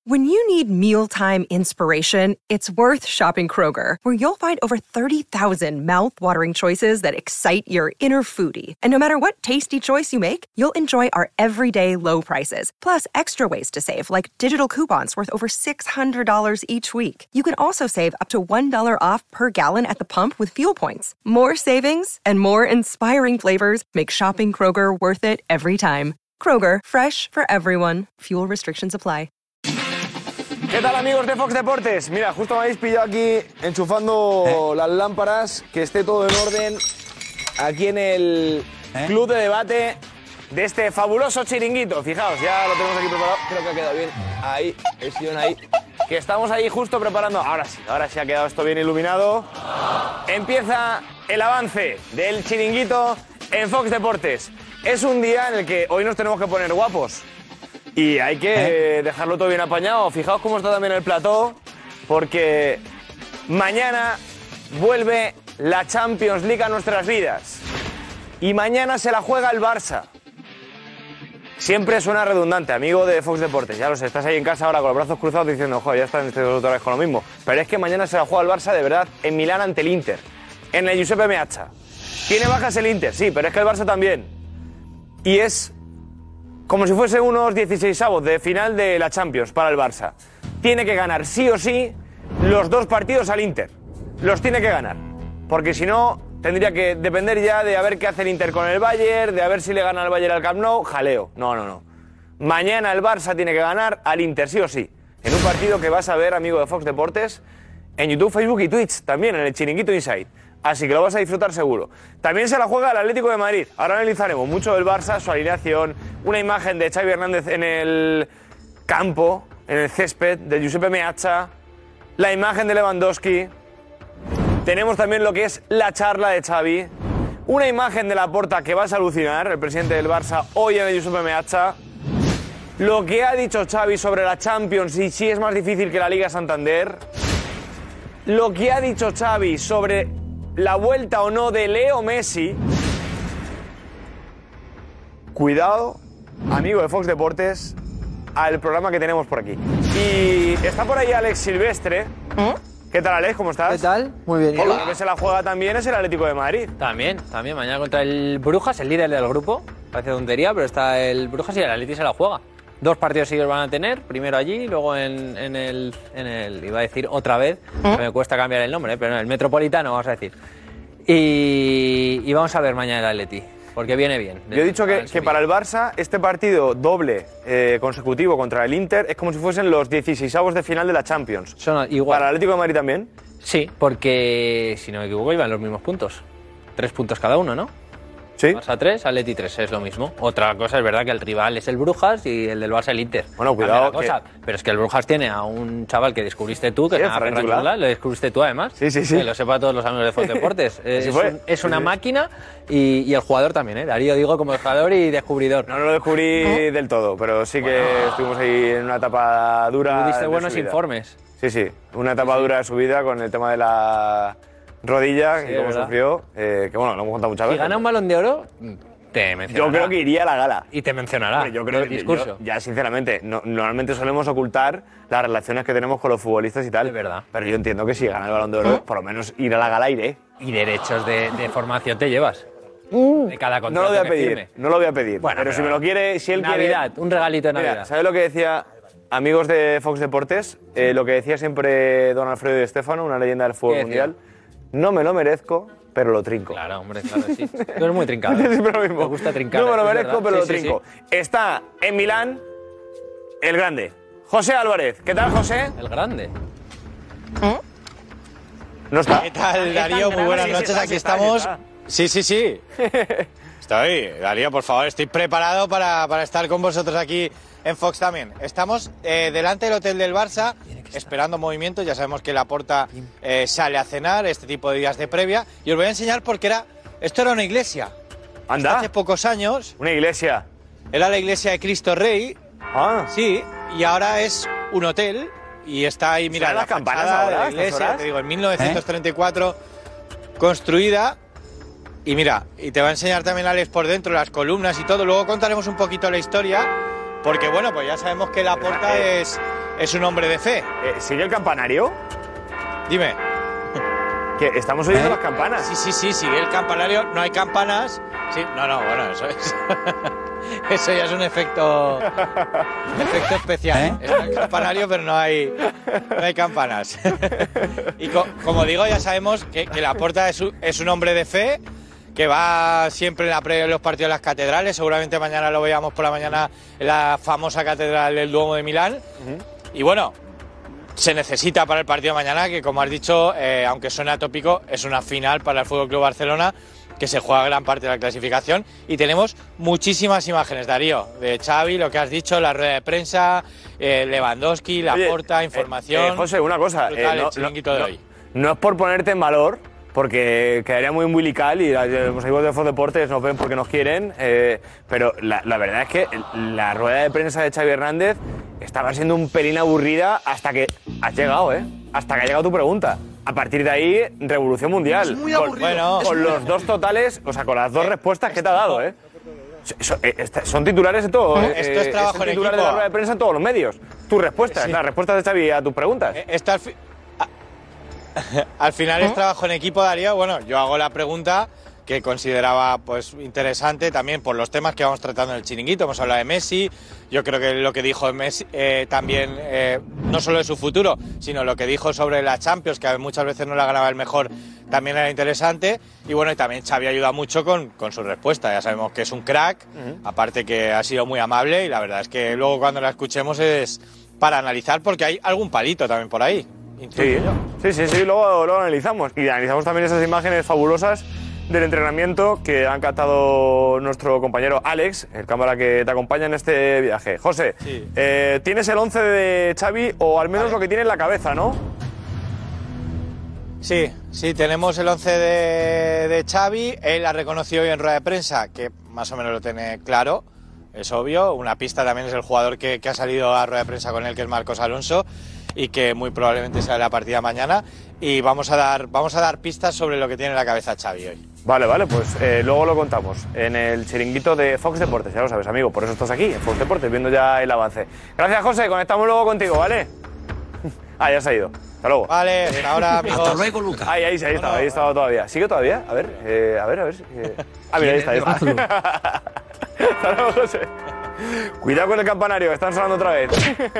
When you need mealtime inspiration, it's worth shopping Kroger, where you'll find over 30,000 mouth-watering choices that excite your inner foodie. And no matter what tasty choice you make, you'll enjoy our everyday low prices, plus extra ways to save, like digital coupons worth over $600 each week. You can also save up to $1 off per gallon at the pump with fuel points. More savings and more inspiring flavors make shopping Kroger worth it every time. Kroger, fresh for everyone. Fuel restrictions apply. ¿Qué tal, amigos de Fox Deportes? Mira, justo me habéis pillado aquí enchufando las lámparas, que esté todo en orden aquí en el club de debate de este fabuloso chiringuito. Fijaos, ya lo tenemos aquí preparado, creo que ha quedado bien. Ahí, el sillón ahí, que estamos ahí justo preparando. Ahora sí ha quedado esto bien iluminado. Empieza el avance del chiringuito en Fox Deportes. Es un día en el que hoy nos tenemos que poner guapos. Y hay que dejarlo todo bien apañado. Fijaos cómo está también el plató, porque mañana vuelve la Champions League a nuestras vidas. Y mañana se la juega el Barça. Siempre suena redundante, amigo de Fox Deportes. Ya lo sé, estás ahí en casa ahora con los brazos cruzados diciendo, joder, ya están otra vez con lo mismo. Pero es que mañana se la juega el Barça de verdad en Milán ante el Inter, en el Giuseppe Meazza. Tiene bajas el Inter, sí, pero es que el Barça también. Y es como si fuese unos 16avos de final de la Champions para el Barça. Tiene que ganar sí o sí los dos partidos al Inter. Los tiene que ganar. Porque si no, tendría que depender ya de a ver qué hace el Inter con el Bayern, de a ver si le gana el Bayern al Camp Nou. Jaleo. No. Mañana el Barça tiene que ganar al Inter sí o sí. En un partido que vas a ver, amigo de Fox Deportes, en YouTube, Facebook y Twitch. También en el Chiringuito Inside. Así que lo vas a disfrutar seguro. También se la juega el Atlético de Madrid. Ahora analizaremos mucho del Barça, su alineación, una imagen de Xavi Hernández en el campo, en el césped, de Giuseppe Meazza, la imagen de Lewandowski. Tenemos también lo que es la charla de Xavi, una imagen de Laporta que vas a alucinar, el presidente del Barça, hoy en el Giuseppe Meazza. Lo que ha dicho Xavi sobre la Champions y si es más difícil que la Liga Santander. Lo que ha dicho Xavi sobre la vuelta o no de Leo Messi. Cuidado, amigo de Fox Deportes, al programa que tenemos por aquí. Y está por ahí Alex Silvestre. ¿Qué tal, Alex? ¿Cómo estás? ¿Qué tal? Muy bien. Hola. El que se la juega también es el Atlético de Madrid. También. Mañana contra el Brujas, el líder del grupo. Parece tontería, pero está el Brujas y el Atleti se la juega. 2 partidos seguidos van a tener, primero allí, luego en el iba a decir otra vez, me cuesta cambiar el nombre, pero no, el Metropolitano, vamos a decir. Y vamos a ver mañana el Atleti, porque viene bien. Yo he dicho que para el Barça, este partido doble consecutivo contra el Inter es como si fuesen los 16avos de final de la Champions. Son igual. ¿Para el Atlético de Madrid también? Sí, porque, si no me equivoco, iban los mismos puntos. 3 puntos cada uno, ¿no? Sí. Barça 3, Atleti 3, es lo mismo. Otra cosa es verdad que el rival es el Brujas y el del Barça el Inter. Bueno, cuidado. Pero es que el Brujas tiene a un chaval que descubriste tú, que sí, es una Ferran Juglà, lo descubriste tú además. Sí. Que lo sepa todos los amigos de Fox Deportes. Es una máquina y el jugador también, ¿eh? Darío digo como jugador y descubridor. No lo descubrí del todo, pero sí que estuvimos ahí en una etapa dura. Tuviste buenos informes. Sí, una etapa dura de su vida con el tema de la rodilla, y cómo sufrió, que bueno, lo hemos contado muchas veces. Si gana un Balón de Oro, te mencionará. Yo creo que iría a la gala. Y te mencionará. Hombre, yo creo el discurso. Ya, sinceramente, normalmente solemos ocultar las relaciones que tenemos con los futbolistas y tal. Es verdad. Pero yo entiendo que si gana el Balón de Oro, por lo menos ir a la gala iré. Y derechos de formación te llevas. De cada contrato. No lo voy a pedir. Bueno, pero si me lo quiere, si él Navidad, quiere... un regalito de Navidad. Mira, ¿sabes lo que decía, amigos de Fox Deportes? Lo que decía siempre don Alfredo Di Stéfano, una leyenda del fútbol mundial. No me lo merezco, pero lo trinco. Claro, hombre, claro, sí. Tú eres muy trincado. Siempre lo mismo. Me gusta trincar. No me lo merezco, pero lo trinco. Sí. Está en Milán el grande, José Álvarez. ¿Qué tal, José? El grande. No está. ¿Qué tal, Darío? Muy buenas noches, aquí estamos. Sí. Estoy, Darío, por favor, estoy preparado para estar con vosotros aquí en Fox también. Estamos delante del hotel del Barça, esperando movimientos. Ya sabemos que Laporta sale a cenar este tipo de días de previa. Y os voy a enseñar porque esto era una iglesia. Anda. Hasta hace pocos años. Una iglesia. Era la iglesia de Cristo Rey. Ah. Sí, y ahora es un hotel. Y está ahí, mira, la fachada de la iglesia, te digo, en 1934 construida. Y mira, y te va a enseñar también Alex por dentro las columnas y todo. Luego contaremos un poquito la historia, porque bueno, pues ya sabemos que Laporta es es un hombre de fe. ¿Sigue el campanario? Dime. Que estamos oyendo las campanas. Sí, sigue el campanario. No hay campanas. Sí, bueno, eso es. Eso ya es un efecto especial. Está el campanario, pero no hay campanas. Y como digo, ya sabemos que Laporta es un hombre de fe, que va siempre en los partidos de las catedrales. Seguramente mañana lo veamos por la mañana en la famosa catedral del Duomo de Milán. Y bueno, se necesita para el partido de mañana, que como has dicho, aunque suene atópico, es una final para el FC Barcelona, que se juega gran parte de la clasificación. Y tenemos muchísimas imágenes, Darío, de Xavi, lo que has dicho, la rueda de prensa, Lewandowski, Laporta, información. José, una cosa, el chiringuito de hoy. No es por ponerte en valor, porque quedaría muy umbilical y los amigos de Fox Deportes nos ven porque nos quieren, pero la verdad es que la rueda de prensa de Xavi Hernández estaba siendo un pelín aburrida hasta que has llegado, hasta que ha llegado tu pregunta. A partir de ahí, revolución mundial. Es muy aburrido. Con los dos totales, o sea, con las dos respuestas que te ha dado, Son titulares de todo, Esto es trabajo en titular equipo. de la rueda de prensa en todos los medios. Tus respuestas, las respuestas de Xavi a tus preguntas. Al final es trabajo en equipo, Darío. Bueno, yo hago la pregunta que consideraba pues interesante también por los temas que vamos tratando en el chiringuito. Hemos hablado de Messi. Yo creo que lo que dijo Messi también, no solo de su futuro, sino lo que dijo sobre la Champions, que muchas veces no la ganaba el mejor, también era interesante. Y bueno, y también Xavi ayuda mucho con su respuesta. Ya sabemos que es un crack, aparte que ha sido muy amable, y la verdad es que luego cuando la escuchemos es para analizar, porque hay algún palito también por ahí. Sí, luego analizamos. Y analizamos también esas imágenes fabulosas del entrenamiento que han captado nuestro compañero Alex, el cámara que te acompaña en este viaje. José, tienes el 11 de Xavi, o al menos lo que tiene en la cabeza, ¿no? Sí, tenemos el 11 de Xavi. Él ha reconocido hoy en rueda de prensa que más o menos lo tiene claro, es obvio. Una pista también es el jugador que ha salido a rueda de prensa con él, que es Marcos Alonso, y que muy probablemente sea la partida mañana. Y vamos a dar pistas sobre lo que tiene en la cabeza Xavi hoy. Vale, pues luego lo contamos en el chiringuito de Fox Deportes, ya lo sabes, amigo, por eso estás aquí, en Fox Deportes, viendo ya el avance. Gracias, José, conectamos luego contigo, ¿vale? Ya se ha ido. Hasta luego. Vale, hasta ahora, amigos. Hasta luego, Lucas. Ahí estaba todavía. ¿Sigue todavía? A ver. Mira, ahí está. Hasta luego, José. Cuidado con el campanario, que están sonando otra vez.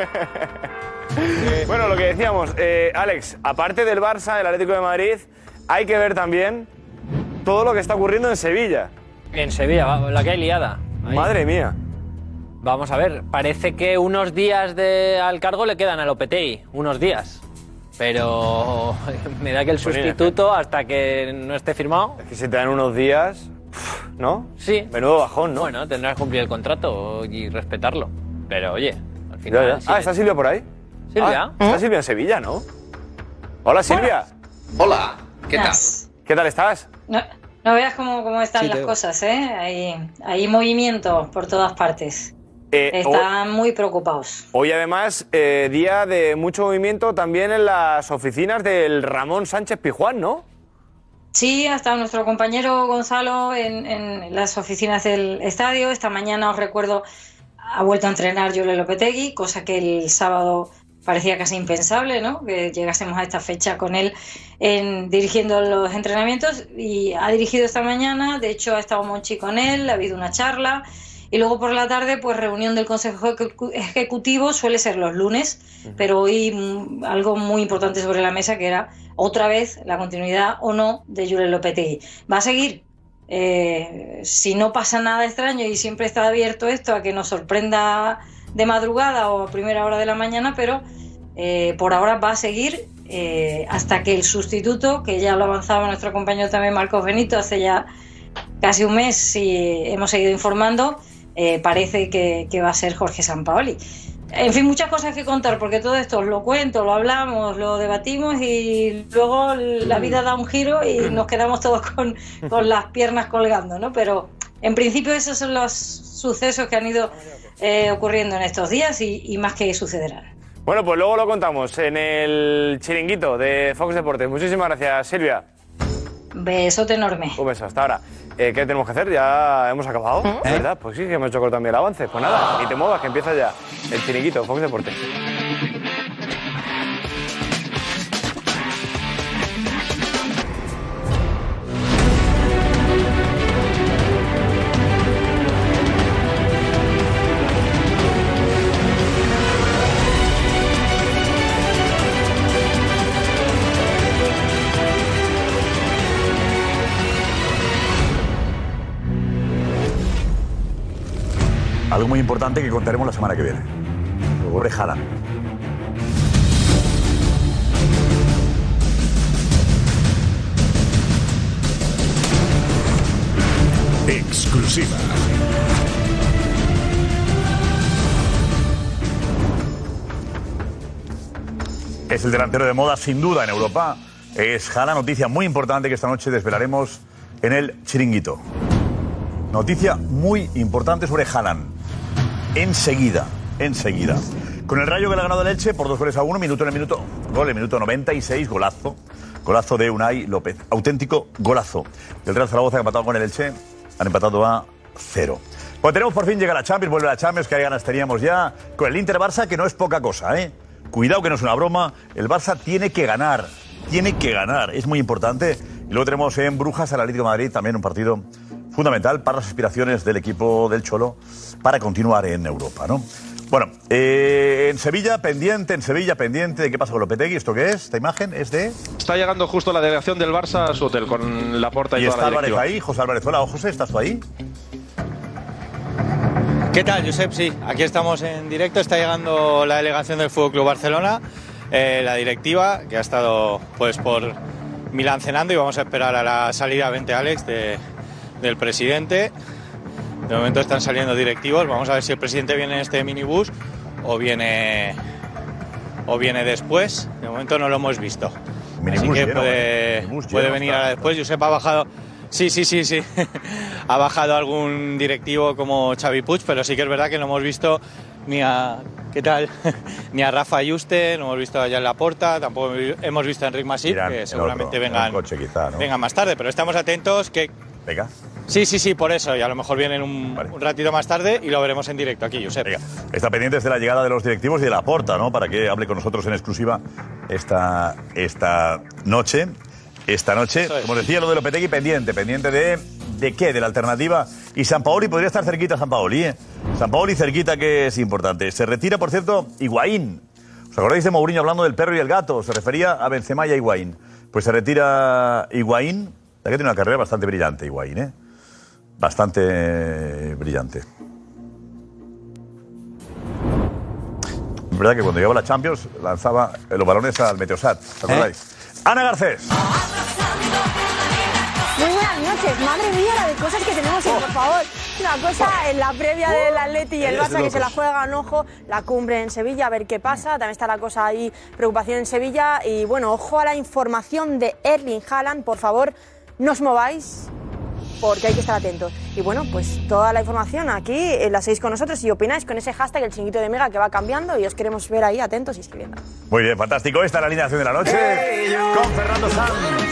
Bueno, lo que decíamos, Alex, aparte del Barça, del Atlético de Madrid, hay que ver también todo lo que está ocurriendo en Sevilla. En Sevilla, la que hay liada. Ahí. Madre mía. Vamos a ver, parece que unos días al cargo le quedan a Lopetegui, unos días. Pero me da que el sustituto, hasta que no esté firmado... Es que si te dan unos días, ¿no? Sí. Menudo bajón, ¿no? Bueno, tendrás que cumplir el contrato y respetarlo. Pero oye, al final... Ya. ¿Está Silvia por ahí? ¿Silvia? Está Silvia en Sevilla, ¿no? Hola, Silvia. Hola, ¿qué tal? ¿Qué tal estás? No veas cómo están las cosas, ¿eh? Hay movimiento por todas partes. Están muy preocupados. Hoy, además, día de mucho movimiento también en las oficinas del Ramón Sánchez Pizjuán, ¿no? Sí, ha estado nuestro compañero Gonzalo en las oficinas del estadio. Esta mañana, os recuerdo, ha vuelto a entrenar Julen Lopetegui, cosa que el sábado parecía casi impensable, ¿no? Que llegásemos a esta fecha con él dirigiendo los entrenamientos, y ha dirigido esta mañana. De hecho, ha estado Monchi con él, ha habido una charla, y luego por la tarde, pues reunión del Consejo Ejecutivo. Suele ser los lunes, pero hoy algo muy importante sobre la mesa, que era otra vez la continuidad o no de Julen Lopetegui. Va a seguir, si no pasa nada extraño, y siempre está abierto esto a que nos sorprenda de madrugada o a primera hora de la mañana, pero por ahora va a seguir hasta que el sustituto, que ya lo avanzaba nuestro compañero también Marcos Benito hace ya casi un mes, si hemos seguido informando, parece que va a ser Jorge Sampaoli. En fin, muchas cosas que contar, porque todo esto os lo cuento, lo hablamos, lo debatimos, y luego la vida da un giro y nos quedamos todos con las piernas colgando, ¿no? Pero en principio esos son los sucesos que han ido ocurriendo en estos días, y más que sucederán. Bueno, pues luego lo contamos en el chiringuito de Fox Deportes. Muchísimas gracias, Silvia. Besote enorme. Un beso, hasta ahora. ¿Qué tenemos que hacer? ¿Ya hemos acabado? ¿Verdad? Pues sí, que hemos hecho corto también el avance. Pues nada, ni te muevas, que empieza ya el chiringuito de Fox Deportes. Algo muy importante que contaremos la semana que viene. Sobre Haaland. Exclusiva. Es el delantero de moda sin duda en Europa. Es Haaland, noticia muy importante que esta noche desvelaremos en el Chiringuito. Noticia muy importante sobre Haaland. Enseguida. Con el Rayo que le ha ganado el Elche por 2-1, gol en el minuto 96, golazo de Unai López, auténtico golazo. El Real Zaragoza que ha empatado con el Elche, han empatado a 0. Pues tenemos por fin llegar a Champions, vuelve a la Champions, que hay ganas teníamos ya, con el Inter-Barça, que no es poca cosa, ¿eh? Cuidado que no es una broma, el Barça tiene que ganar, es muy importante. Y luego tenemos en Brujas al Atlético de Madrid, también un partido fundamental para las aspiraciones del equipo del Cholo para continuar en Europa, ¿no? Bueno, en Sevilla pendiente de qué pasa con Lopetegui. ¿Esto qué es? ¿Esta imagen es de...? Está llegando justo la delegación del Barça a su hotel con Laporta y toda la directiva. ¿Y está Álvarez ahí? José Álvarez, hola, José, ¿estás tú ahí? ¿Qué tal, Josep? Sí, aquí estamos en directo. Está llegando la delegación del Fútbol Club Barcelona, la directiva, que ha estado pues por Milán cenando, y vamos a esperar a la salida 20 Alex del presidente. De momento están saliendo directivos. Vamos a ver si el presidente viene en este minibús o viene después. De momento no lo hemos visto. Así que puede venir ahora después. Josep ha bajado. Sí. Ha bajado algún directivo como Xavi Puig, pero sí que es verdad que no hemos visto ni a... ¿Qué tal? Ni a Rafa Yuste, no hemos visto allá en Laporta, tampoco hemos visto a Enric Masip, que seguramente vengan más tarde, pero estamos atentos que... Venga. Sí, por eso, y a lo mejor vienen un ratito más tarde y lo veremos en directo aquí, Josep. Venga. Está pendiente de la llegada de los directivos y de Laporta, ¿no? Para que hable con nosotros en exclusiva esta noche. Como decía, lo de Lopetegui pendiente ¿de qué? De la alternativa. Y Sampaoli podría estar cerquita, Sampaoli, ¿eh? Sampaoli cerquita, que es importante. Se retira, por cierto, Higuaín. ¿Os acordáis de Mourinho hablando del perro y el gato? Se refería a Benzema y a Higuaín. Pues se retira Higuaín. La que tiene una carrera bastante brillante, Higuaín, ¿eh? Bastante brillante. Es verdad que cuando llegaba a la Champions lanzaba los balones al Meteosat. ¿Os acordáis? Ana Garcés. Muy buenas noches. Madre mía, la de cosas que tenemos hoy, por favor. Una cosa en la previa del Atleti y el Barça, que se la juegan, ojo, la cumbre en Sevilla, a ver qué pasa. También está la cosa ahí, preocupación en Sevilla. Y bueno, ojo a la información de Erling Haaland, por favor, no os mováis, porque hay que estar atentos. Y bueno, pues toda la información aquí la seguís con nosotros y opináis con ese hashtag, el Chiringuito de Mega, que va cambiando, y os queremos ver ahí atentos y escribiendo. Muy bien, fantástico. Esta es la alineación de la noche con Fernando Sanz,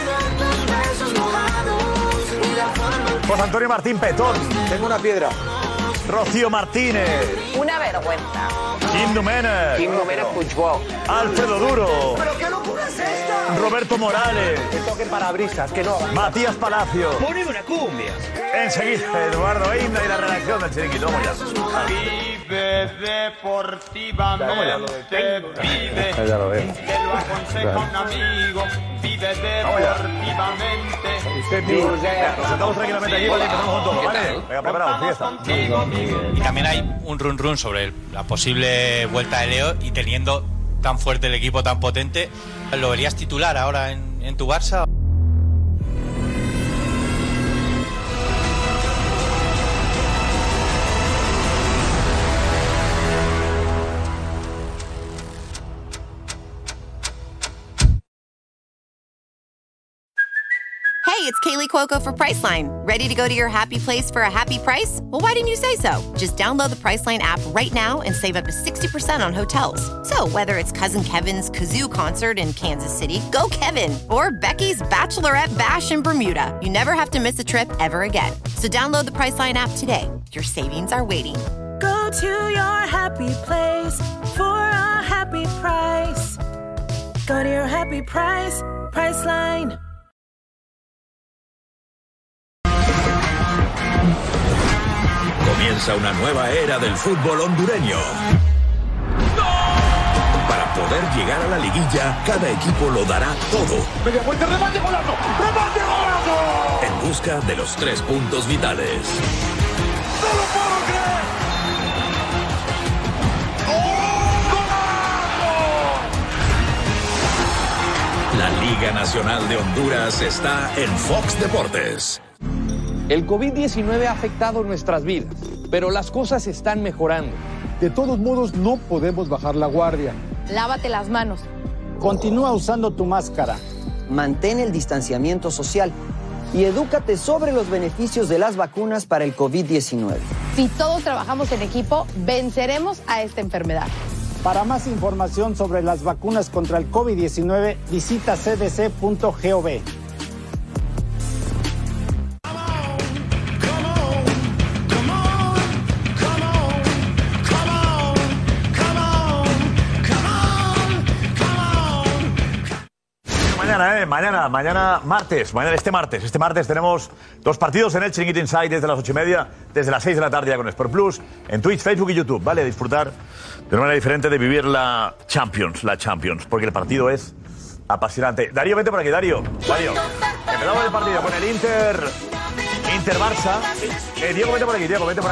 José Antonio Martín Petón. Tengo una piedra. Rocío Martínez. Una vergüenza. Kim Domènech Puigdemont. Alfredo Duro. ¿Pero qué locura es esta? Roberto Morales. Que toquen parabrisas, que no. Matías Palacio. Poneme una cumbia. Enseguida, Eduardo Eina y la redacción del Chiringuito. Vamos ya. Vive deportivamente, vive. Ya lo veo. Te lo aconseja un amigo. Vive deportivamente. Nos sentamos tranquilamente aquí, ¿vale? Empezamos con todo, ¿vale? Venga, preparados, fiesta. Y también hay un run sobre la posible vuelta de Leo, y teniendo tan fuerte el equipo, tan potente, ¿lo verías titular ahora en tu Barça? Hey, it's Kaylee Cuoco for Priceline. Ready to go to your happy place for a happy price? Well, why didn't you say so? Just download the Priceline app right now and save up to 60% on hotels. So whether it's Cousin Kevin's Kazoo Concert in Kansas City, go Kevin, or Becky's Bachelorette Bash in Bermuda, you never have to miss a trip ever again. So download the Priceline app today. Your savings are waiting. Go to your happy place for a happy happy price. Go to your happy price, Priceline. Comienza una nueva era del fútbol hondureño. Para poder llegar a la liguilla, cada equipo lo dará todo. Media vuelta, remate, golazo. ¡Remate, golazo! En busca de los 3 puntos vitales. ¡No lo puedo creer! La Liga Nacional de Honduras está en Fox Deportes. El COVID-19 ha afectado nuestras vidas, pero las cosas están mejorando. De todos modos, no podemos bajar la guardia. Lávate las manos. Continúa usando tu máscara. Mantén el distanciamiento social y edúcate sobre los beneficios de las vacunas para el COVID-19. Si todos trabajamos en equipo, venceremos a esta enfermedad. Para más información sobre las vacunas contra el COVID-19, visita cdc.gov. Mañana martes, este martes tenemos 2 partidos en el Chiringuito Inside desde las 8:30, desde las 6 de la tarde ya con Sport Plus, en Twitch, Facebook y YouTube, ¿vale? A disfrutar de una manera diferente de vivir la Champions, porque el partido es apasionante. Darío, vete por aquí, Darío. Empezamos el partido con el Inter-Barça. Diego, vete por aquí,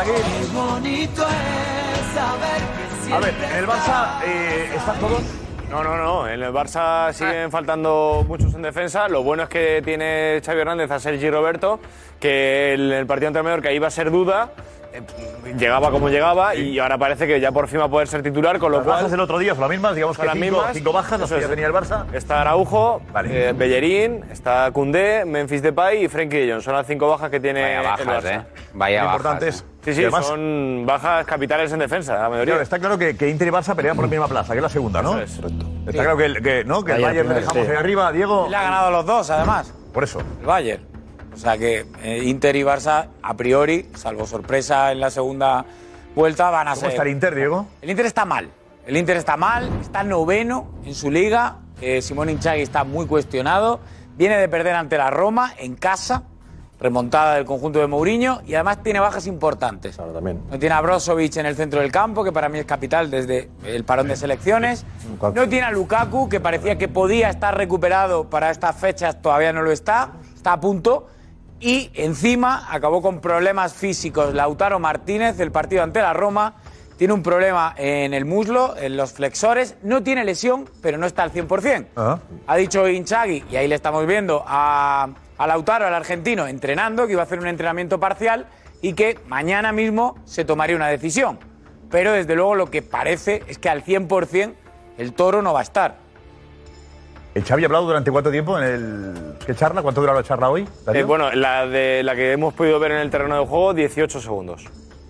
A ver, en el Barça están todos... No. En el Barça siguen faltando muchos en defensa. Lo bueno es que tiene Xavi Hernández a Sergi Roberto, que en el partido ante Mallorca iba a ser duda. Llegaba como llegaba y ahora parece que ya por fin va a poder ser titular, con lo las cual... bajas del otro día son las mismas, digamos que 5 bajas, las que ya tenía el Barça. Está Araujo, Bellerín, está Koundé, Memphis Depay y Frenkie de Jong. Son las 5 bajas que tiene el Barça. Vaya bajas, importantes. Sí, además, son bajas capitales en defensa, la mayoría. Claro, está claro que Inter y Barça pelean por la misma plaza, que es la segunda, ¿no? Eso es. Está claro que el Bayern le dejamos ahí arriba, Diego. Le ha ganado a los dos, además. Por eso. El Bayern. O sea que Inter y Barça, a priori, salvo sorpresa en la segunda vuelta, van a ser... ¿Cómo está el Inter, Diego? El Inter está mal. Está noveno en su liga. Simone Inzaghi está muy cuestionado. Viene de perder ante la Roma en casa, remontada del conjunto de Mourinho, y además tiene bajas importantes. Claro, también. No tiene a Brozovic en el centro del campo, que para mí es capital desde el parón de selecciones. No tiene a Lukaku, que parecía que podía estar recuperado para estas fechas, todavía no lo está a punto. Y encima acabó con problemas físicos Lautaro Martínez, el partido ante la Roma. Tiene un problema en el muslo, en los flexores. No tiene lesión, pero no está al 100%. Ha dicho Inzaghi, y ahí le estamos viendo a Lautaro, al argentino, entrenando, que iba a hacer un entrenamiento parcial y que mañana mismo se tomaría una decisión. Pero desde luego lo que parece es que al 100% el Toro no va a estar. ¿El Xavi ha hablado durante cuánto tiempo en el... ¿Qué charla? ¿Cuánto dura la charla hoy? Bueno, la que hemos podido ver en el terreno de juego, 18 segundos.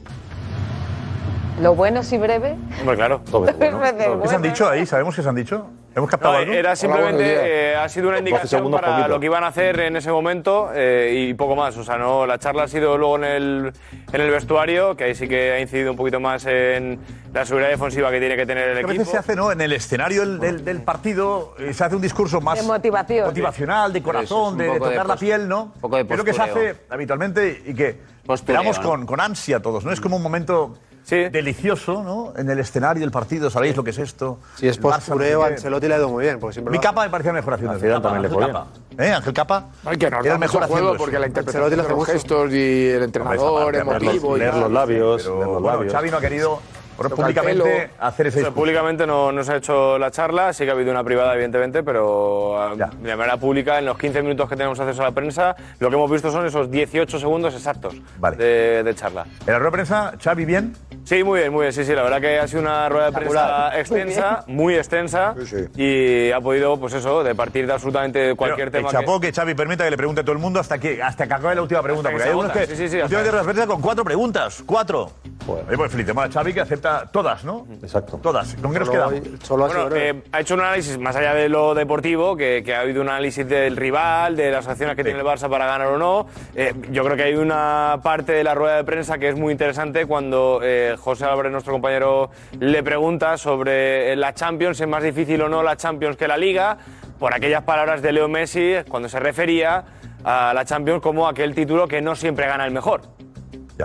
Lo bueno si breve. Hombre, claro. ¿Qué se han dicho ahí? ¿Sabemos qué se han dicho? ¿Hemos captado algo? Era simplemente, ha sido una indicación para lo que iban a hacer en ese momento y poco más. O sea, no, la charla ha sido luego en el vestuario, que ahí sí que ha incidido un poquito más en la seguridad defensiva que tiene que tener el equipo. A veces se hace, ¿no? En el escenario del partido se hace un discurso más de motivación, motivacional, de corazón, de tocar la piel, ¿no? Un poco de postureo. Es lo que se hace habitualmente y que esperamos con ansia todos, ¿no? Es como un momento... delicioso, ¿no? En el escenario del partido, ¿sabéis lo que es esto? Si es postureo, Ancelotti le ha ido muy bien. Porque siempre Mi Capa me parecía mejor haciendo eso. También le fue bien. Ángel Capa que nos era el mejor haciendo juego eso. porque la interpretación de los gestos y el entrenador emotivo. Leer los labios. Xavi no ha querido públicamente hacer ese discurso. Públicamente no se ha hecho la charla, sí que ha habido una privada, evidentemente, pero de manera pública, en los 15 minutos que tenemos acceso a la prensa, lo que hemos visto son esos 18 segundos exactos de charla. ¿En la rueda de prensa, Xavi, bien? Sí, muy bien, sí, la verdad que ha sido una rueda de prensa extensa, muy extensa, y ha podido, pues eso, de partir de absolutamente cualquier tema. Chapó que Xavi permita que le pregunte a todo el mundo hasta que acabe la última pregunta, porque hay algunos que últimamente rueda de prensa con 4 preguntas, 4. Oye, pues felicitamos a Xavi que acepta todas, ¿no? Exacto. Todas. ¿Con qué nos quedamos? Ha hecho un análisis más allá de lo deportivo, que ha habido un análisis del rival, de las acciones que tiene el Barça para ganar o no. Yo creo que hay una parte de la rueda de prensa que es muy interesante cuando José Álvarez, nuestro compañero, le pregunta sobre la Champions, si es más difícil o no la Champions que la Liga, por aquellas palabras de Leo Messi cuando se refería a la Champions como aquel título que no siempre gana el mejor. Ya.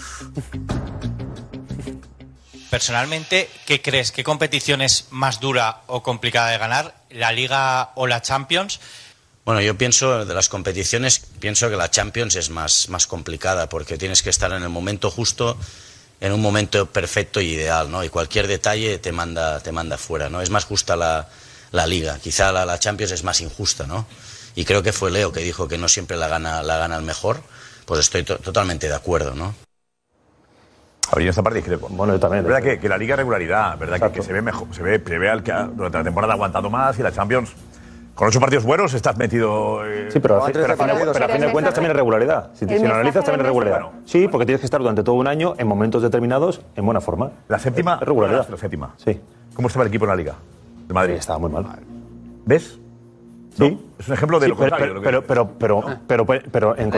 Personalmente, ¿qué crees? ¿Qué competición es más dura o complicada de ganar? ¿La Liga o la Champions? Bueno, yo pienso, de las competiciones, pienso que la Champions es más complicada porque tienes que estar en el momento justo, en un momento perfecto y ideal, ¿no? Y cualquier detalle te manda fuera, ¿no? Es más justa la Liga, quizá la Champions es más injusta, ¿no? Y creo que fue Leo que dijo que no siempre la gana el mejor, pues estoy totalmente de acuerdo, ¿no? A ver, yo en esta parte discrepo. Bueno, yo también. Es verdad que la Liga es regularidad, ¿verdad? Que se ve mejor, se ve al que durante la temporada ha aguantado más y la Champions, con 8 partidos buenos, estás metido. Sí, pero a fin de cuentas también es regularidad. Si lo analizas, también es regularidad. Sí, porque tienes que estar durante todo un año en momentos determinados en buena forma. La séptima. Es regularidad. La séptima. Sí. ¿Cómo estaba el equipo en la Liga? De Madrid. Sí, estaba muy mal. ¿Ves? Sí. Es un ejemplo de lo contrario. Pero en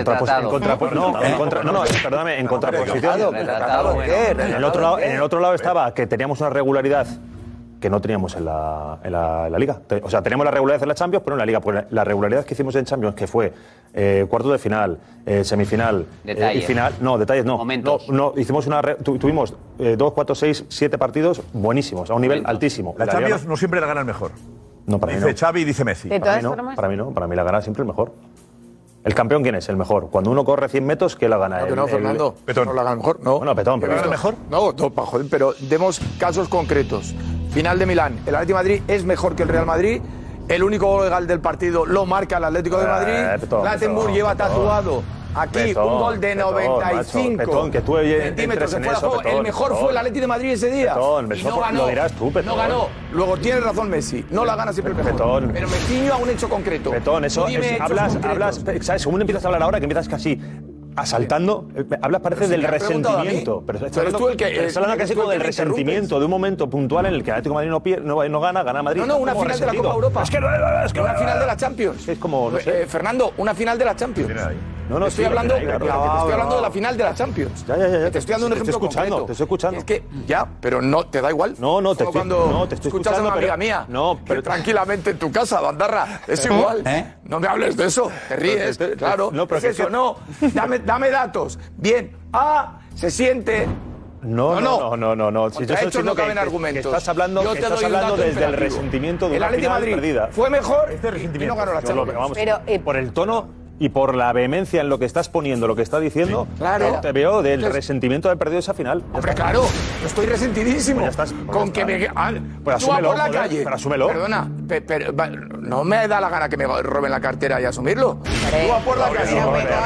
contraposición. En el otro lado estaba que teníamos una regularidad que no teníamos en la Liga. O sea, teníamos la regularidad en la Champions, pero en la Liga. Pues la regularidad que hicimos en Champions, que fue cuartos de final, semifinal y final. No, detalles no. Momentos. No, hicimos tuvimos 2, 4, 6, 7 partidos buenísimos, a un nivel altísimo. La Champions no siempre la gana el mejor. No, para mí no. Dice Xavi y dice Messi. Para mí no. Para mí la gana siempre el mejor. ¿El campeón quién es? El mejor. Cuando uno corre 100 metros, ¿quién la gana? No, Fernando. Petón. No la gana el mejor. No. Bueno, Petón, pero ¿es el mejor? No, joder, pero demos casos concretos. Final de Milán. El Atlético de Madrid es mejor que el Real Madrid. El único gol legal del partido lo marca el Atlético de Madrid. Plattenburg lleva tatuado aquí un gol de 95 centímetros de fuera de juego. El mejor fue el Atlético de Madrid ese día. Y no ganó. Lo dirás tú, Petón. No ganó. Luego tiene razón Messi. No la gana siempre el mejor. Pero me ciño a un hecho concreto. Petón, eso hablas, ¿sabes? Según empiezas a hablar ahora, que empiezas casi asaltando, hablas parece del resentimiento. Pero estás hablando casi como del resentimiento de un momento puntual en el que el Atlético de Madrid no gana Madrid. No, una final de la Copa Europa. Es que una final de la Champions. Es como, no sé. Fernando, una final de la Champions. No, estoy hablando de la final de la Champions. Ya. Te estoy dando un ejemplo concreto. Te estoy escuchando. Es que, pero no, ¿te da igual? No, te estoy escuchas a una amiga mía. No, pero tranquilamente en tu casa, Bandarra. Es igual. No me hables de eso. Te ríes. Claro. No, pero es eso. No. Dame datos. Bien. Se siente. No. Si yo estoy no caben argumentos. Estás hablando desde el resentimiento de una final perdida. Fue mejor y no ganó la Champions. Por el tono y por la vehemencia en lo que estás poniendo, lo que estás diciendo, te veo del resentimiento de haber perdido esa final. Hombre, claro, yo estoy resentidísimo. Con que me... Pues asúmelo, por la calle. Pero asúmelo. Perdona, no me da la gana que me roben la cartera y asumirlo. Tú vas por la calle.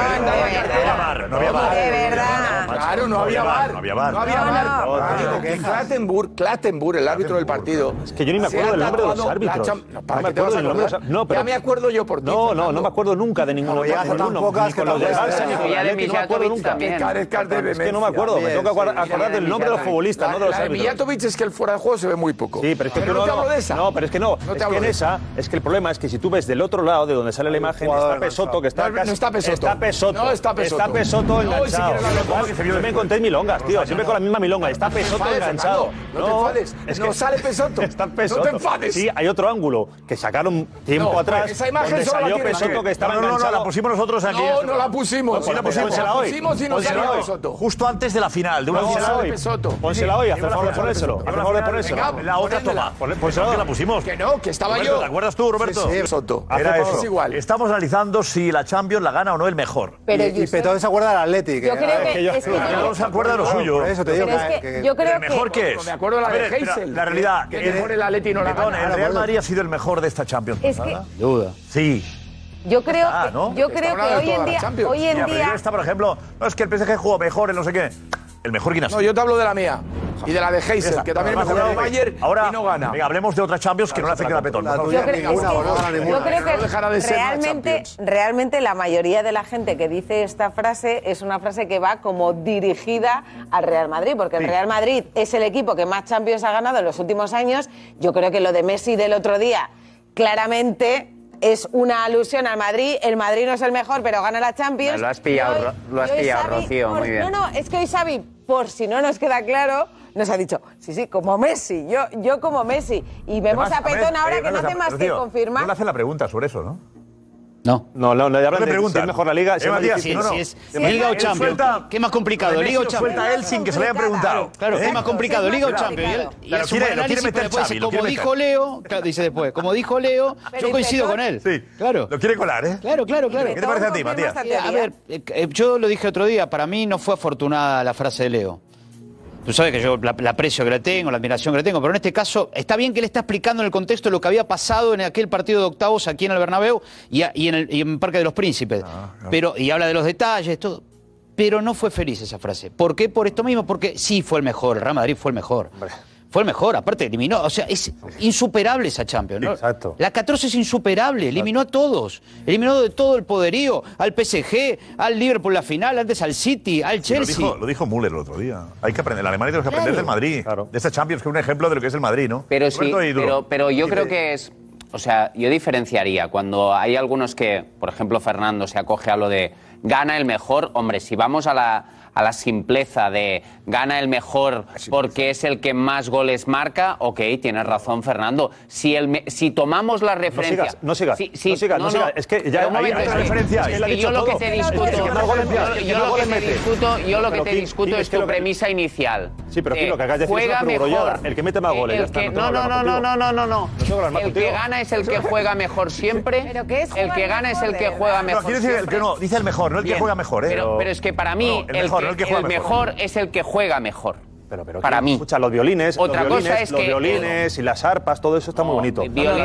No había bar. De verdad. Claro, no había bar. No había bar. No había bar. Clattenburg, el árbitro del partido. Es que yo ni me acuerdo del nombre de los árbitros. No me acuerdo del nombre. Ya me acuerdo yo por ti. No me acuerdo nunca de ninguno. No me acuerdo, me tengo que acordar del nombre de los futbolistas, no de los árbitros. Mijatovic es que el fuera de juego se ve muy poco. Sí, pero es que no te hablo de esa. No, pero es que no. Es que en esa, es que el problema es que si tú ves del otro lado, de donde sale la imagen, está Pesoto, que está casi... No está Pesoto. Está Pesoto. No está Pesoto. Está Pesoto enganchado. Yo me encontré milongas, tío, siempre con la misma milonga. Está Pesoto enganchado. No te enfades. No sale Pesoto. Está Pesoto. No te enfades. Sí, hay otro ángulo que sacaron tiempo atrás, donde salió Pesoto que estaba enganchado. No, la pusimos nosotros aquí. No la pusimos. Pónsela hoy. Pusimos y no salió Pesoto. Justo antes de la final. Pónsela hoy, haz el favor de ponérselo. Haz el favor de ponérselo. La otra toma. Pónsela que la pusimos. Que no, que estaba yo. ¿Te acuerdas tú, Roberto? Sí, Pesoto. Era eso. Igual. Estamos analizando si la Champions la gana o no el mejor. Y Petón se acuerda del Atlético. Yo creo que no se acuerda de lo suyo. Por eso te digo yo creo ¿el mejor qué es? Me acuerdo la de Heysel. La realidad. Que mejor el Atlético no la gana. El Real Madrid ha sido el mejor de esta Champions. Duda. Sí. Yo creo que hoy en día está, por ejemplo, no es que el PSG jugó mejor en no sé qué. El mejor quién ha sido. No, yo te hablo de la mía. Y de la de Heysel, que también mejoró el Bayern ahora, y no gana. Venga, hablemos de otra Champions que no le afecte a Petón. Yo creo que realmente la mayoría de la gente que dice esta frase es una frase que va como dirigida al Real Madrid, porque el Real Madrid es el equipo que más Champions ha ganado en los últimos años. Yo creo que lo de Messi del otro día claramente es una alusión al Madrid. El Madrid no es el mejor, pero gana la Champions. Lo has pillado, Rocío, muy bien. No, es que hoy Xavi, por si no nos queda claro, nos ha dicho, sí, como Messi, yo como Messi. Y vemos a Petón ahora que no hace más que confirmar. No le hacen la pregunta sobre eso, ¿no? No, le hablan de si es mejor la Liga. Si es Liga o Champions. ¿Qué más complicado, Liga o Champions? Suelta él sin que se le haya preguntado. Claro, ¿qué más complicado, Liga o Champions? Y es un buen análisis, pero después dice, como dijo Leo, dice después, como dijo Leo, yo coincido con él. Sí, claro. Lo quiere colar, ¿eh? Claro. ¿Qué te parece a ti, Matías? A ver, yo lo dije otro día, para mí no fue afortunada la frase de Leo. Tú sabes que yo la aprecio que le tengo, la admiración que le tengo, pero en este caso está bien que él está explicando en el contexto lo que había pasado en aquel partido de octavos aquí en el Bernabéu y en Parque de los Príncipes. Y habla de los detalles, todo. Pero no fue feliz esa frase. ¿Por qué? Por esto mismo, porque sí fue el mejor, el Real Madrid fue el mejor. Fue el mejor, aparte eliminó, o sea, es insuperable esa Champions, ¿no? Exacto. La 14 es insuperable, eliminó a todos, eliminó de todo el poderío, al PSG, al Liverpool en la final, antes al City, al Chelsea. Lo dijo Müller el otro día. Hay que aprender, la Alemania tiene que aprender del Madrid, de esta Champions, que es un ejemplo de lo que es el Madrid, ¿no? Pero sí, pero yo creo que es, o sea, yo diferenciaría cuando hay algunos que, por ejemplo, Fernando se acoge a lo de gana el mejor, hombre, si vamos a la simpleza de gana el mejor porque es el que más goles marca, ok, tienes razón, Fernando. Si tomamos la referencia... No sigas. Es que ya hay referencia. Yo lo que te discuto es tu premisa inicial. Sí, pero aquí lo que acabas de decir es una frugorollada. El que mete más goles. No. El que gana es el que juega mejor siempre. El que gana es el que juega mejor siempre. No, dice el mejor, no el que juega mejor. Pero es que para mí el mejor es el que juega mejor. Pero para mí. Escucha, los violines, los violines y las arpas, todo eso está muy bonito.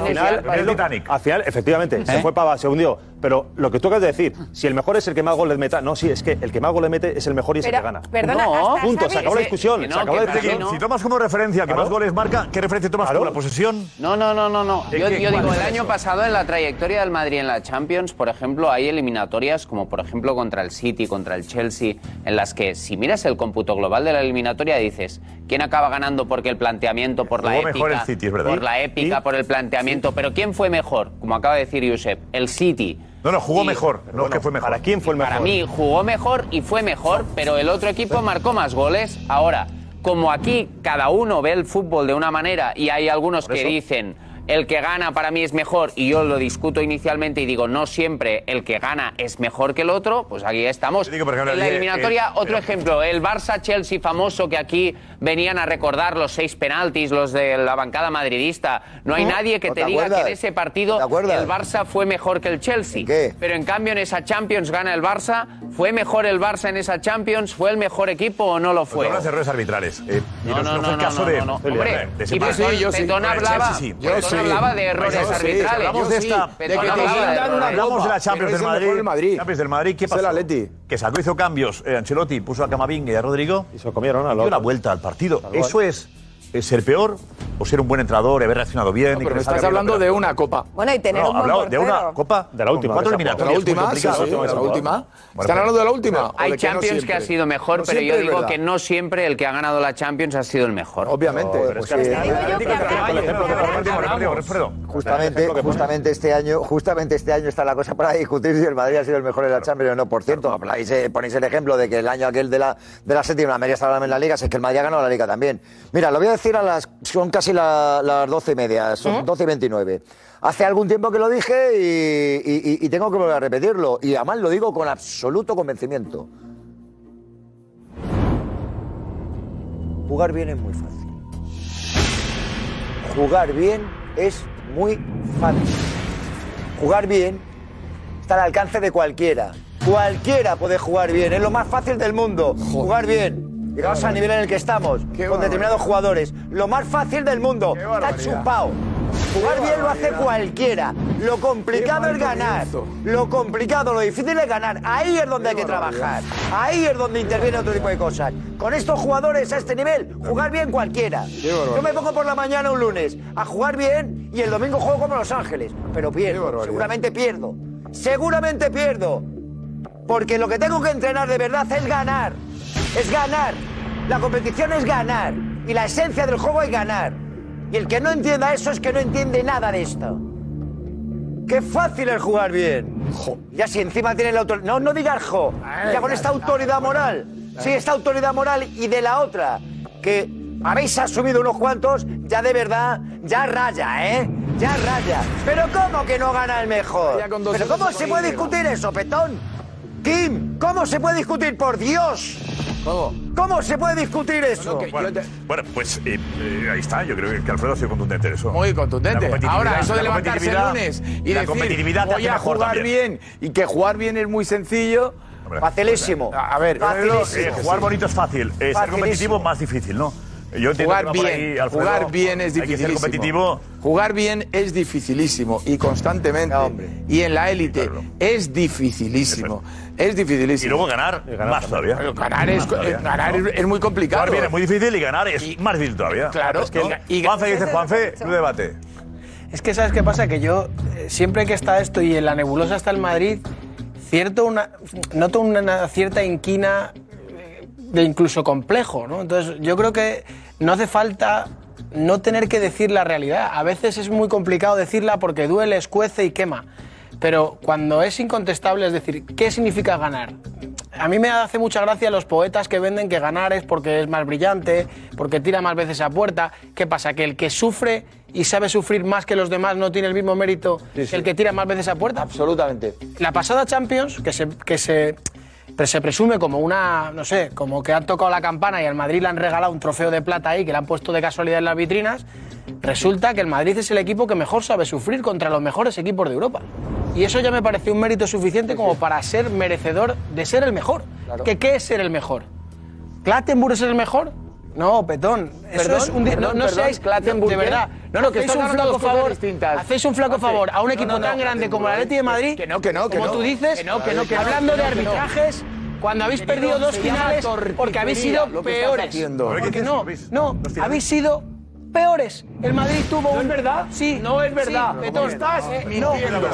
Al final, efectivamente, se fue Pavard, se hundió. Pero lo que tú acabas de decir, si el mejor es el que más goles meta, no, sí, es que el que más goles mete es el mejor y es el que gana. Perdona, punto, se acabó la discusión. Si tomas como referencia que más goles marca, ¿qué referencia tomas tú? ¿La posesión? No. Yo digo, el año pasado en la trayectoria del Madrid en la Champions, por ejemplo, hay eliminatorias como por ejemplo contra el City, contra el Chelsea, en las que si miras el cómputo global de la eliminatoria dices, ¿quién acaba ganando porque el planteamiento, por la épica, por el planteamiento? Pero ¿quién fue mejor? Como acaba de decir Josep, el City. No, jugó mejor. No es que fue mejor. ¿Para quién fue el mejor? Para mí jugó mejor y fue mejor, pero el otro equipo marcó más goles. Ahora, como aquí cada uno ve el fútbol de una manera y hay algunos que dicen el que gana para mí es mejor y yo lo discuto inicialmente y digo no siempre el que gana es mejor que el otro, pues aquí estamos. En la eliminatoria, otro ejemplo, el Barça-Chelsea famoso que aquí venían a recordar los 6 penaltis, los de la bancada madridista. No hay nadie que te diga que en ese partido el Barça fue mejor que el Chelsea. Pero en cambio en esa Champions gana el Barça. ¿Fue mejor el Barça en esa Champions? ¿Fue el mejor equipo o no lo fue? Hablas de errores arbitrales. No fue el caso de... Hombre, y Petón hablaba de errores arbitrales. Hablamos de esta... Hablamos de la Champions del Madrid. Champions del Madrid, ¿qué pasó? Que sacó, hizo cambios. Ancelotti puso a Camavinga y a Rodrigo. Y se comieron a dio la vuelta al partido. ¿Eso es ser peor o ser un buen entrenador y haber reaccionado bien? Pero me estás hablando de una copa. Bueno, y tener un buen portero. ¿De una copa? De la última. ¿Cuántos eliminatorias? ¿De la última? ¿Están hablando de la última? Hay Champions que ha sido mejor, pero yo digo que no siempre el que ha ganado la Champions ha sido el mejor. Obviamente. Justamente este año está la cosa para discutir si el Madrid ha sido el mejor en la Champions o no. Por cierto, ponéis el ejemplo de que el año aquel de la séptima, la Madrid estaba en la Liga, es que el Madrid ha ganado la Liga también. Mira, lo voy a decir son casi las 12:30, son 12:29. Hace algún tiempo que lo dije y tengo que volver a repetirlo. Y además lo digo con absoluto convencimiento. Jugar bien es muy fácil. Jugar bien es muy fácil. Jugar bien está al alcance de cualquiera. Cualquiera puede jugar bien, es lo más fácil del mundo. Jugar bien. Llegados al nivel en el que estamos, con determinados jugadores. Lo más fácil del mundo. Está chupado. Jugar bien lo hace cualquiera. Lo complicado es ganar. Lo complicado, lo difícil es ganar. Ahí es donde hay que trabajar. Ahí es donde interviene otro tipo de cosas. Con estos jugadores a este nivel, jugar bien cualquiera. Yo me pongo por la mañana un lunes a jugar bien y el domingo juego como Los Ángeles. Pero pierdo, seguramente pierdo. Seguramente pierdo. Porque lo que tengo que entrenar de verdad es ganar. Es ganar. La competición es ganar. Y la esencia del juego es ganar. Y el que no entienda eso es que no entiende nada de esto. Qué fácil es jugar bien. Ya si encima tiene la autoridad... No digas jo. Ya con esta autoridad moral. Sí, esta autoridad moral y de la otra, que habéis asumido unos cuantos, ya de verdad, ya raya, ¿eh? Ya raya. Pero ¿cómo que no gana el mejor? ¿Pero cómo se puede discutir eso, Petón? Kim, ¿cómo se puede discutir? ¡Por Dios! ¿Cómo se puede discutir eso? Bueno, pues ahí está. Yo creo que Alfredo ha sido contundente en eso. Muy contundente. Ahora, eso de levantarse el lunes y la decir, competitividad voy a jugar bien, y que jugar bien es muy sencillo... Facilísimo. A ver, jugar bonito es fácil. Ser competitivo es más difícil, ¿no? Yo entiendo jugar que bien, ahí, Alfredo, jugar bien es dificilísimo. Hay que ser competitivo. Jugar bien es dificilísimo y constantemente. Y en la élite es dificilísimo. Es dificilísimo. Y luego ganar más todavía. Ganar es muy complicado. Jugar bien es muy difícil y ganar es más difícil todavía. Claro. Es que Juanfe dice, Juanfe, un debate. Es que ¿sabes qué pasa? Que yo, siempre que está esto y en la nebulosa está el Madrid, noto una cierta inquina de incluso complejo, ¿no? Entonces yo creo que no hace falta no tener que decir la realidad. A veces es muy complicado decirla porque duele, escuece y quema. Pero cuando es incontestable, es decir, ¿qué significa ganar? A mí me hace mucha gracia los poetas que venden que ganar es porque es más brillante, porque tira más veces a puerta. ¿Qué pasa? ¿Que el que sufre y sabe sufrir más que los demás no tiene el mismo mérito que el que tira más veces a puerta? Absolutamente. La pasada Champions, que se presume como una, no sé, como que han tocado la campana y al Madrid le han regalado un trofeo de plata ahí que le han puesto de casualidad en las vitrinas, resulta que el Madrid es el equipo que mejor sabe sufrir contra los mejores equipos de Europa. Y eso ya me pareció un mérito suficiente como para ser merecedor de ser el mejor. Claro. ¿Qué es ser el mejor? ¿Clattenburg es el mejor? No, Petón. Eso es un no seáis Clattenburg, de verdad. No, que hacéis un flaco favor. Hacéis un flaco favor a un equipo tan grande como el Atleti de Madrid. Como tú dices, hablando de arbitrajes. Cuando habéis perdido dos finales porque habéis sido peores. Porque habéis sido peores. El Madrid tuvo ¿No es verdad? Sí. No es verdad. Sí, Petón. Estás mintiendo.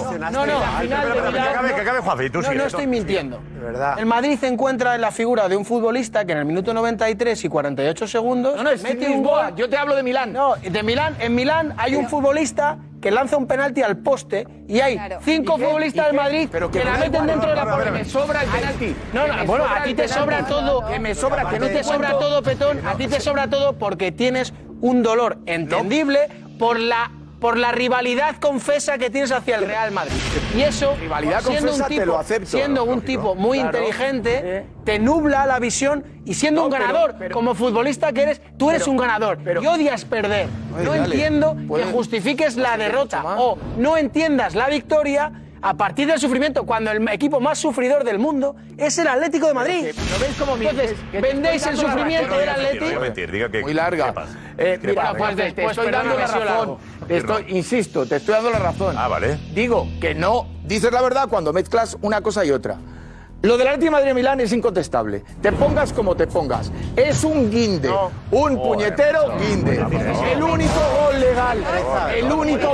No estoy mintiendo. El Madrid se encuentra en la figura de un futbolista que en el minuto 93 y 48 segundos mete un gol. Yo te hablo de Milán. No, de Milán. En Milán hay un futbolista que lanza un penalti al poste y hay 5 futbolistas del Madrid que la meten dentro de la portería. Me sobra el penalti. Bueno, a ti te sobra todo. Que no te sobra todo, Petón. A ti te sobra todo porque tienes un dolor entendible por la rivalidad confesa que tienes hacia el Real Madrid. Y eso, siendo un tipo muy inteligente, te nubla la visión y siendo un ganador, como futbolista que eres, tú eres un ganador y odias perder. No entiendo que justifiques la derrota o no entiendas la victoria a partir del sufrimiento, cuando el equipo más sufridor del mundo es el Atlético de Madrid. Entonces, vendéis el sufrimiento del Atlético. Muy larga. Mira, pues te estoy dando la razón. Insisto, te estoy dando la razón. Vale. Digo que no dices la verdad cuando mezclas una cosa y otra. Lo del Atlético de Madrid-Milán es incontestable. Te pongas como te pongas. Es un guinde. Un puñetero guinde. El único gol legal. El único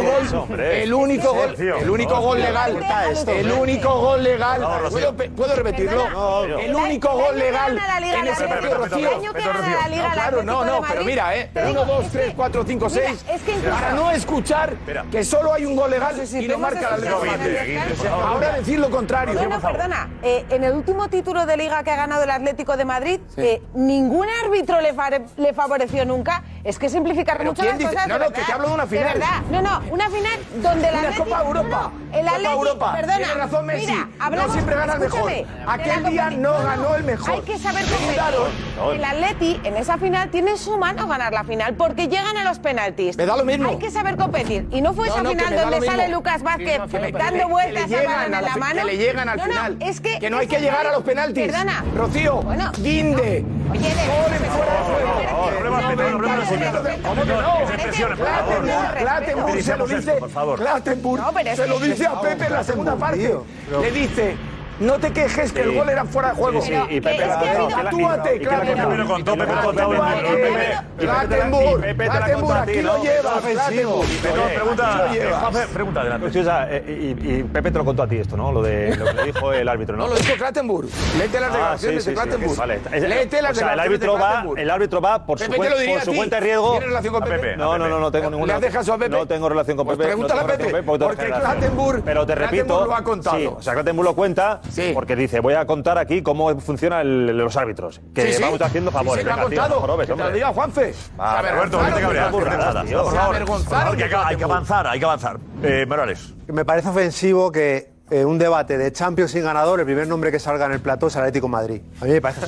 gol legal. ¿Puedo repetirlo? El único gol legal en ese partido, Rocío. Claro, no, pero mira, 1, 2, 3, 4, 5, 6. Para no escuchar que solo hay un gol legal y no marca la Atlético de Madrid. Ahora decir lo contrario. No, perdona. En el último título de Liga que ha ganado el Atlético de Madrid, ningún árbitro le favoreció nunca. Es que simplificar mucho las cosas. Que te hablo de una final. De verdad. Una final donde el Atlético... Copa Europa. El Atlético, perdona. Tiene razón Messi. No siempre gana el mejor. Aquel día no ganó el mejor. Hay que saber competir. El Atleti, en esa final, tiene en su mano ganar la final porque llegan a los penaltis. Me da lo mismo. Hay que saber competir. Y no fue esa final donde sale Lucas Vázquez dando vueltas a balón en la mano. Que le llegan al final. Que no hay que llegar a los penaltis. Perdona. Rocío, guinde. Oye, fuera de juego. ¿Cómo que no? Clattenburg se lo dice. Clattenburg se lo dice a Pepe en la segunda parte. Le dice. No te quejes que el gol era fuera de juego. Y Pepe actúate, Pepe lo contó, Pepe lo contó. Clattenburg, aquí lo llevas, Pregunta, adelante. Y Pepe te lo contó a ti esto, ¿no? Lo que le dijo el árbitro, ¿no? No, lo dijo Clattenburg. Léete las declaraciones de Clattenburg. Léete las declaraciones de Clattenburg. El árbitro va por su cuenta de riesgo. ¿Tienes relación con Pepe? No tengo ninguna. ¿Le has dejado a Pepe? No tengo relación con Pepe. Pregúntale a Pepe. Porque Clattenburg. Pero te repito. lo ha contado. Sí, o sea, Clattenburg lo cuenta. Sí. Porque dice, voy a contar aquí cómo funcionan los árbitros. Que vamos haciendo favores. Sí, lo ha contado. Que te lo diga Juanfe. Roberto, no te cabreas. Por favor, hay que avanzar. Morales. Me parece ofensivo que un debate de Champions sin ganador, el primer nombre que salga en el plató es Atlético de Madrid. A mí me parece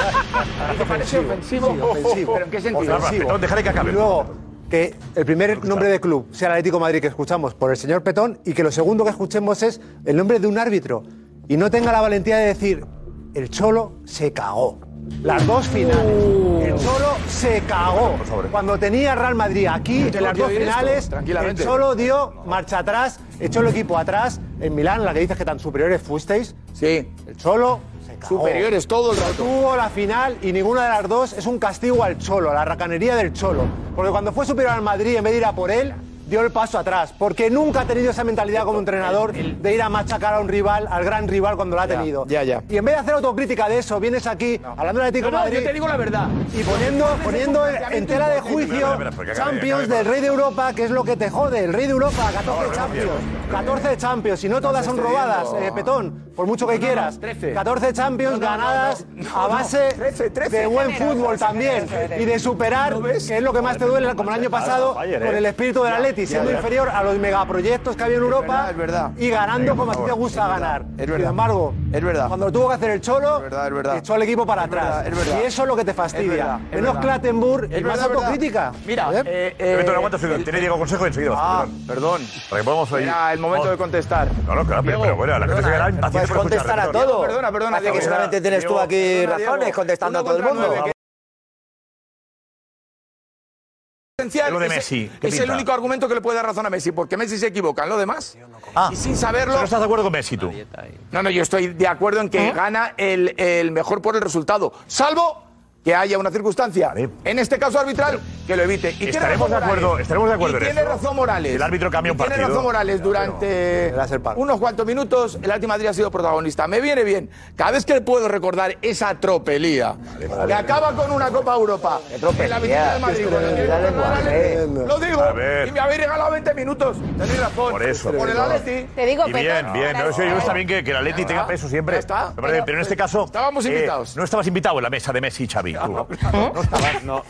ofensivo. ¿Pero en qué sentido? Ofensivo. Déjale que acabe. Y luego, que el primer nombre de club sea el Atlético de Madrid que escuchamos por el señor Petón y que lo segundo que escuchemos es el nombre de un árbitro. Y no tenga la valentía de decir, el Cholo se cagó. Las dos finales. El Cholo se cagó. Cuando tenía Real Madrid aquí, en las dos finales, el Cholo dio marcha atrás, echó el equipo atrás. En Milán, la que dices que tan superiores fuisteis. Sí. El Cholo se cagó. Superiores todo el rato. Tuvo la final y ninguna de las dos es un castigo al Cholo, a la racanería del Cholo. Porque cuando fue superior al Madrid, en vez de ir a por él, dio el paso atrás, porque nunca ha tenido esa mentalidad como entrenador de ir a machacar a un rival, al gran rival cuando lo ha tenido. Ya. Y en vez de hacer autocrítica de eso, vienes aquí hablando del Atlético de Madrid. Yo te digo la verdad. Y poniendo en tela de juicio Champions del Rey de Europa, que es lo que te jode. El Rey de Europa, 14 Champions. 14 Champions, y no todas son robadas, Petón, por mucho que quieras. 14 Champions ganadas a base de buen fútbol también. Y de superar, que es lo que más te duele, como el año pasado, con el espíritu del Atleti, siendo inferior a los megaproyectos que había en Europa y ganando como a ti te gusta ganar. Sin embargo, cuando lo tuvo que hacer el Cholo, echó al equipo para atrás. Y eso es lo que te fastidia. Menos Clattenburg y más autocrítica. Mira, no aguanta, tiene Diego consejo y enseguida. Perdón. Para que podamos oír. Era el momento de contestar. No, claro, pero bueno, la gente se queda puedes contestar a todo. Perdona, Diego. Que solamente tienes tú aquí razones contestando a todo el mundo. Lo de Messi. Es el único argumento que le puede dar razón a Messi, porque Messi se equivoca en lo demás. Y sin saberlo. ¿No estás de acuerdo con Messi tú? No, yo estoy de acuerdo en que gana el mejor por el resultado. Salvo que haya una circunstancia, en este caso arbitral, que lo evite. Y estaremos de acuerdo en tiene razón Morales. El árbitro cambia un partido. Tiene razón Morales. Durante unos cuantos minutos, el Atlético de Madrid ha sido protagonista. Me viene bien. Cada vez que puedo recordar esa tropelía que acaba con una Copa Europa en la visita del Madrid. Lo digo. Y me habéis regalado 20 minutos. Tenéis razón. Por eso. Por el Atleti. Te digo, bien. No está bien que el Atleti tenga peso siempre. Pero en este caso. Estábamos invitados. No estabas invitado en la mesa de Messi y Xavi. No estabas. No.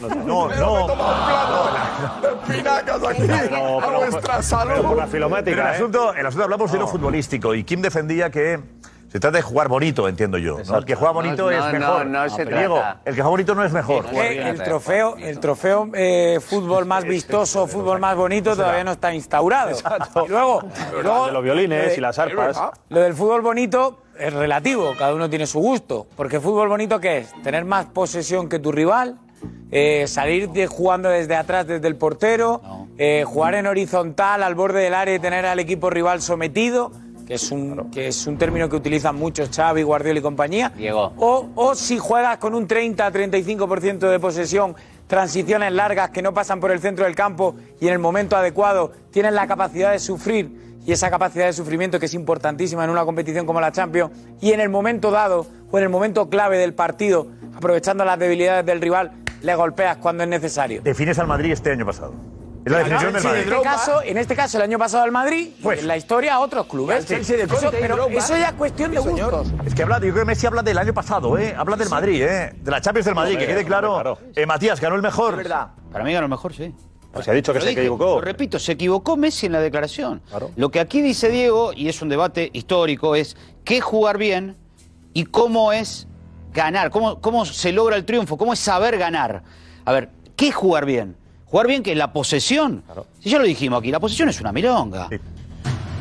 Pinacas aquí a vuestra salud. Por la filomática. El asunto hablamos de lo futbolístico y Kim defendía que se trata de jugar bonito, entiendo yo. ¿No? El que juega bonito es mejor. No se Diego, trata. el que juega bonito no es mejor. El trofeo fútbol más vistoso, fútbol más bonito todavía no está instaurado. Y luego de los violines y las arpas. Lo del fútbol bonito es relativo, cada uno tiene su gusto. Porque fútbol bonito, ¿qué es? Tener más posesión que tu rival, salir jugando desde atrás, desde el portero, jugar en horizontal al borde del área y tener al equipo rival sometido, que es un término que utilizan muchos Xavi, Guardiola y compañía. Diego. O si juegas con un 30-35% de posesión, transiciones largas que no pasan por el centro del campo y en el momento adecuado tienes la capacidad de sufrir, y esa capacidad de sufrimiento que es importantísima en una competición como la Champions, y en el momento dado o en el momento clave del partido, aprovechando las debilidades del rival, le golpeas cuando es necesario. Defines al Madrid este año pasado. Es la definición del Madrid. En este caso, el año pasado al Madrid, en la historia otros clubes. Pero eso ya es cuestión de gustos. Es que yo creo que Messi habla del año pasado, habla del Madrid, de la Champions del Madrid, que quede claro. Matías, ¿ganó el mejor? Es verdad. Para mí ganó el mejor, sí. Se ha dicho que se equivocó. Lo repito, se equivocó Messi en la declaración. Claro. Lo que aquí dice Diego, y es un debate histórico, es qué es jugar bien y cómo es ganar, cómo se logra el triunfo, cómo es saber ganar. A ver, ¿qué es jugar bien? Jugar bien, que es la posesión. Claro. Si ya lo dijimos aquí, la posesión es una milonga. Sí.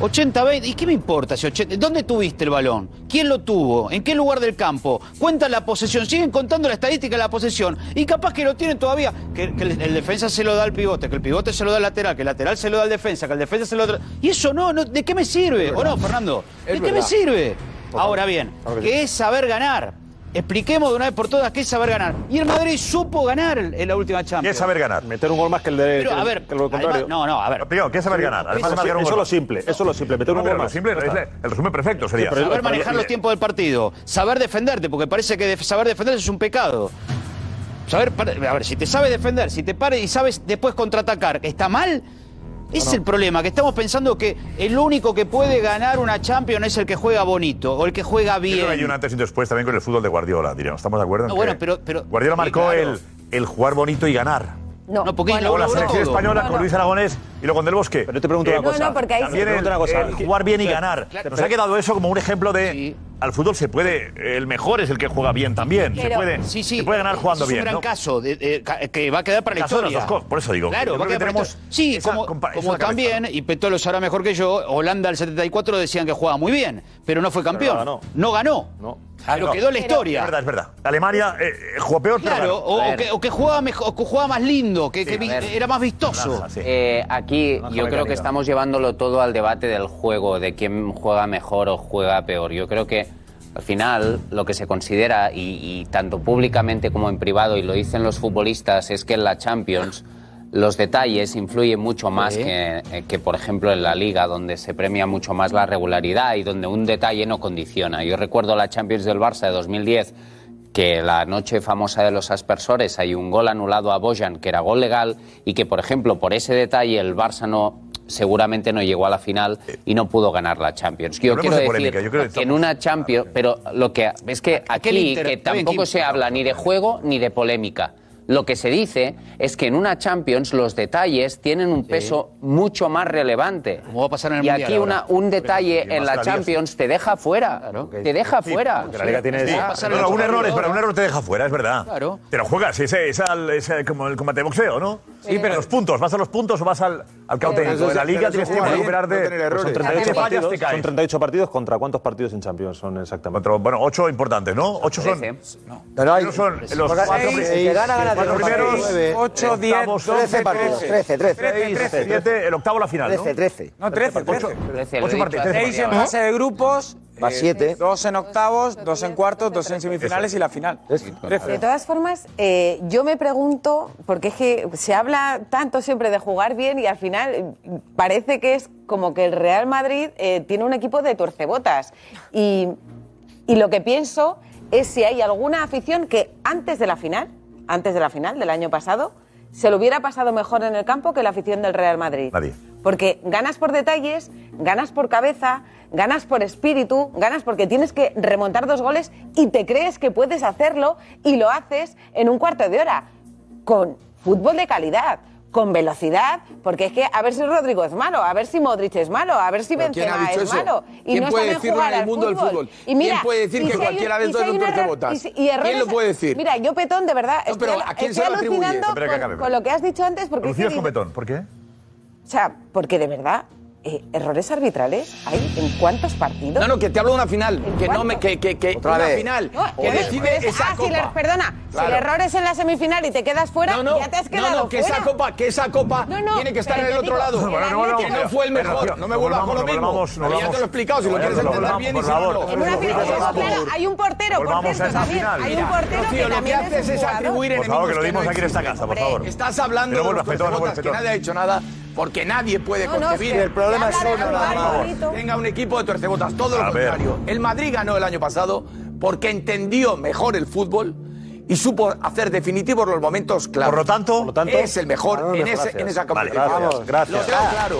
80-20, ¿y qué me importa si 80? ¿Dónde tuviste el balón? ¿Quién lo tuvo? ¿En qué lugar del campo? Cuentan la posesión, siguen contando la estadística de la posesión y capaz que lo tienen todavía, que el defensa se lo da al pivote, que el pivote se lo da al lateral, que el lateral se lo da al defensa, que el defensa se lo da... Y eso no, ¿de qué me sirve? ¿O no, Fernando? ¿De qué me sirve? Ahora bien, ¿qué es saber ganar? Expliquemos de una vez por todas qué es saber ganar. Y el Madrid supo ganar en la última Champions. ¿Qué es saber ganar? Meter un gol más que el de Pero, a ver, que lo contrario. además, a ver. Primero, ¿qué es saber ganar? Además de marcar un gol. Eso es lo simple, meter un gol más. Simple, el resumen perfecto sería. Saber manejar los tiempos del partido, saber defenderte, porque parece que saber defender es un pecado. A ver, si te sabes defender, si te pares y sabes después contraatacar, ¿está mal? Es el problema, que estamos pensando que el único que puede ganar una Champions es el que juega bonito o el que juega bien. Yo creo que hay un antes y un después también con el fútbol de Guardiola, diríamos. ¿Estamos de acuerdo? No, bueno, pero Guardiola marcó claro. el jugar bonito y ganar. No, porque Luego la selección española con Luis Aragonés y luego con Del Bosque. Pero yo te pregunto una cosa. No, porque ahí También el jugar bien y ganar. Nos ha quedado eso como un ejemplo de... Al fútbol se puede... El mejor es el que juega bien también. Se puede ganar jugando bien. Es un gran caso que va a quedar para la historia. Por eso digo. Claro, va a quedar para la historia. Sí, como también, y Petó lo sabrá mejor que yo, Holanda al 74 decían que jugaba muy bien, pero no fue campeón. No ganó. Pero quedó en la historia. Es verdad. Alemania jugó peor, claro, o que jugaba mejor, o que jugaba más lindo, que era más vistoso. Aquí yo creo que estamos llevándolo todo al debate del juego, de quién juega mejor o juega peor. Yo creo que al final lo que se considera, y tanto públicamente como en privado, y lo dicen los futbolistas, es que en la Champions los detalles influyen mucho más que, por ejemplo, en la Liga, donde se premia mucho más la regularidad y donde un detalle no condiciona. Yo recuerdo la Champions del Barça de 2010, que la noche famosa de los aspersores hay un gol anulado a Bojan, que era gol legal, y que, por ejemplo, por ese detalle el Barça seguramente no llegó a la final y no pudo ganar la Champions. Yo quiero decir que en una Champions, pero lo que es que aquí que tampoco se habla ni de juego ni de polémica. Lo que se dice es que en una Champions los detalles tienen un peso mucho más relevante. ¿Cómo va a pasar en el y Mundial aquí ahora? un detalle en la Champions te deja fuera. Te deja fuera. La Liga tiene un error te deja fuera, es verdad. Claro. Te lo juegas, es como el combate de boxeo, ¿no? Sí, pero los puntos, ¿vas a los puntos o vas al cauténico? En la Liga tienes tiempo de recuperarte. Son 38 partidos. ¿Contra cuántos partidos en Champions son exactamente? Bueno, 8 importantes, ¿no? 8 son. No, son los 4 primeros, 8, 10, 13 partidos. 13. 7, el octavo la final, ¿no? 13. No, 13. 8 partidos. 6 en fase de grupos. Más 7. 2 en octavos, 2 en cuartos, 2 en semifinales y la final. 13. De todas formas, yo me pregunto, porque es que se habla tanto siempre de jugar bien y al final parece que es como que el Real Madrid tiene un equipo de tuercebotas. Y lo que pienso es si hay alguna afición que antes de la final del año pasado, se lo hubiera pasado mejor en el campo que la afición del Real Madrid. Nadie. Porque ganas por detalles, ganas por cabeza, ganas por espíritu, ganas porque tienes que remontar 2 goles y te crees que puedes hacerlo y lo haces en un cuarto de hora. Con fútbol de calidad, con velocidad, porque es que a ver si Rodrigo es malo, a ver si Modric es malo, a ver si Benzema es malo. Y ¿quién no puede saben decirlo jugar en el al mundo del fútbol? Y mira, ¿Quién puede decir que cualquiera de estos es un tuercebotas? ¿Quién lo puede decir? Mira, yo Petón, de verdad, No, pero ¿a quién se lo atribuye? alucinando con lo que has dicho antes, porque Alucinas con Betón, ¿por qué? o sea, porque de verdad, errores arbitrales hay en cuántos partidos. No, que te hablo de una final. Que no me. Que Otra una vez. final. No, Que decide esa copa. Perdona, Claro. si el error es en la semifinal y te quedas fuera, ya te has quedado que fuera. esa copa tiene que estar en el otro lado. Que no fue el mejor. No me vuelvas con lo mismo. Ya te lo he explicado. Si lo quieres entender bien y si no, no. En una final, claro, hay un portero, por Volvamos cierto, a esa también. final. Hay un portero Rocío, que lo que también haces es atribuir Por favor, enemigos que lo dimos aquí en esta existen. casa, por favor. Estás hablando Pero de los vuelvas, Petón, tuercebotas, que nadie ha dicho nada, porque nadie puede concebir el problema es que solo nada más. tenga un equipo de tuercebotas. Todo lo A ver. contrario. El Madrid ganó el año pasado porque entendió mejor el fútbol y supo hacer definitivos los momentos clave. Por lo tanto, es el mejor en esa competición. Vale, gracias. Lo tengo claro.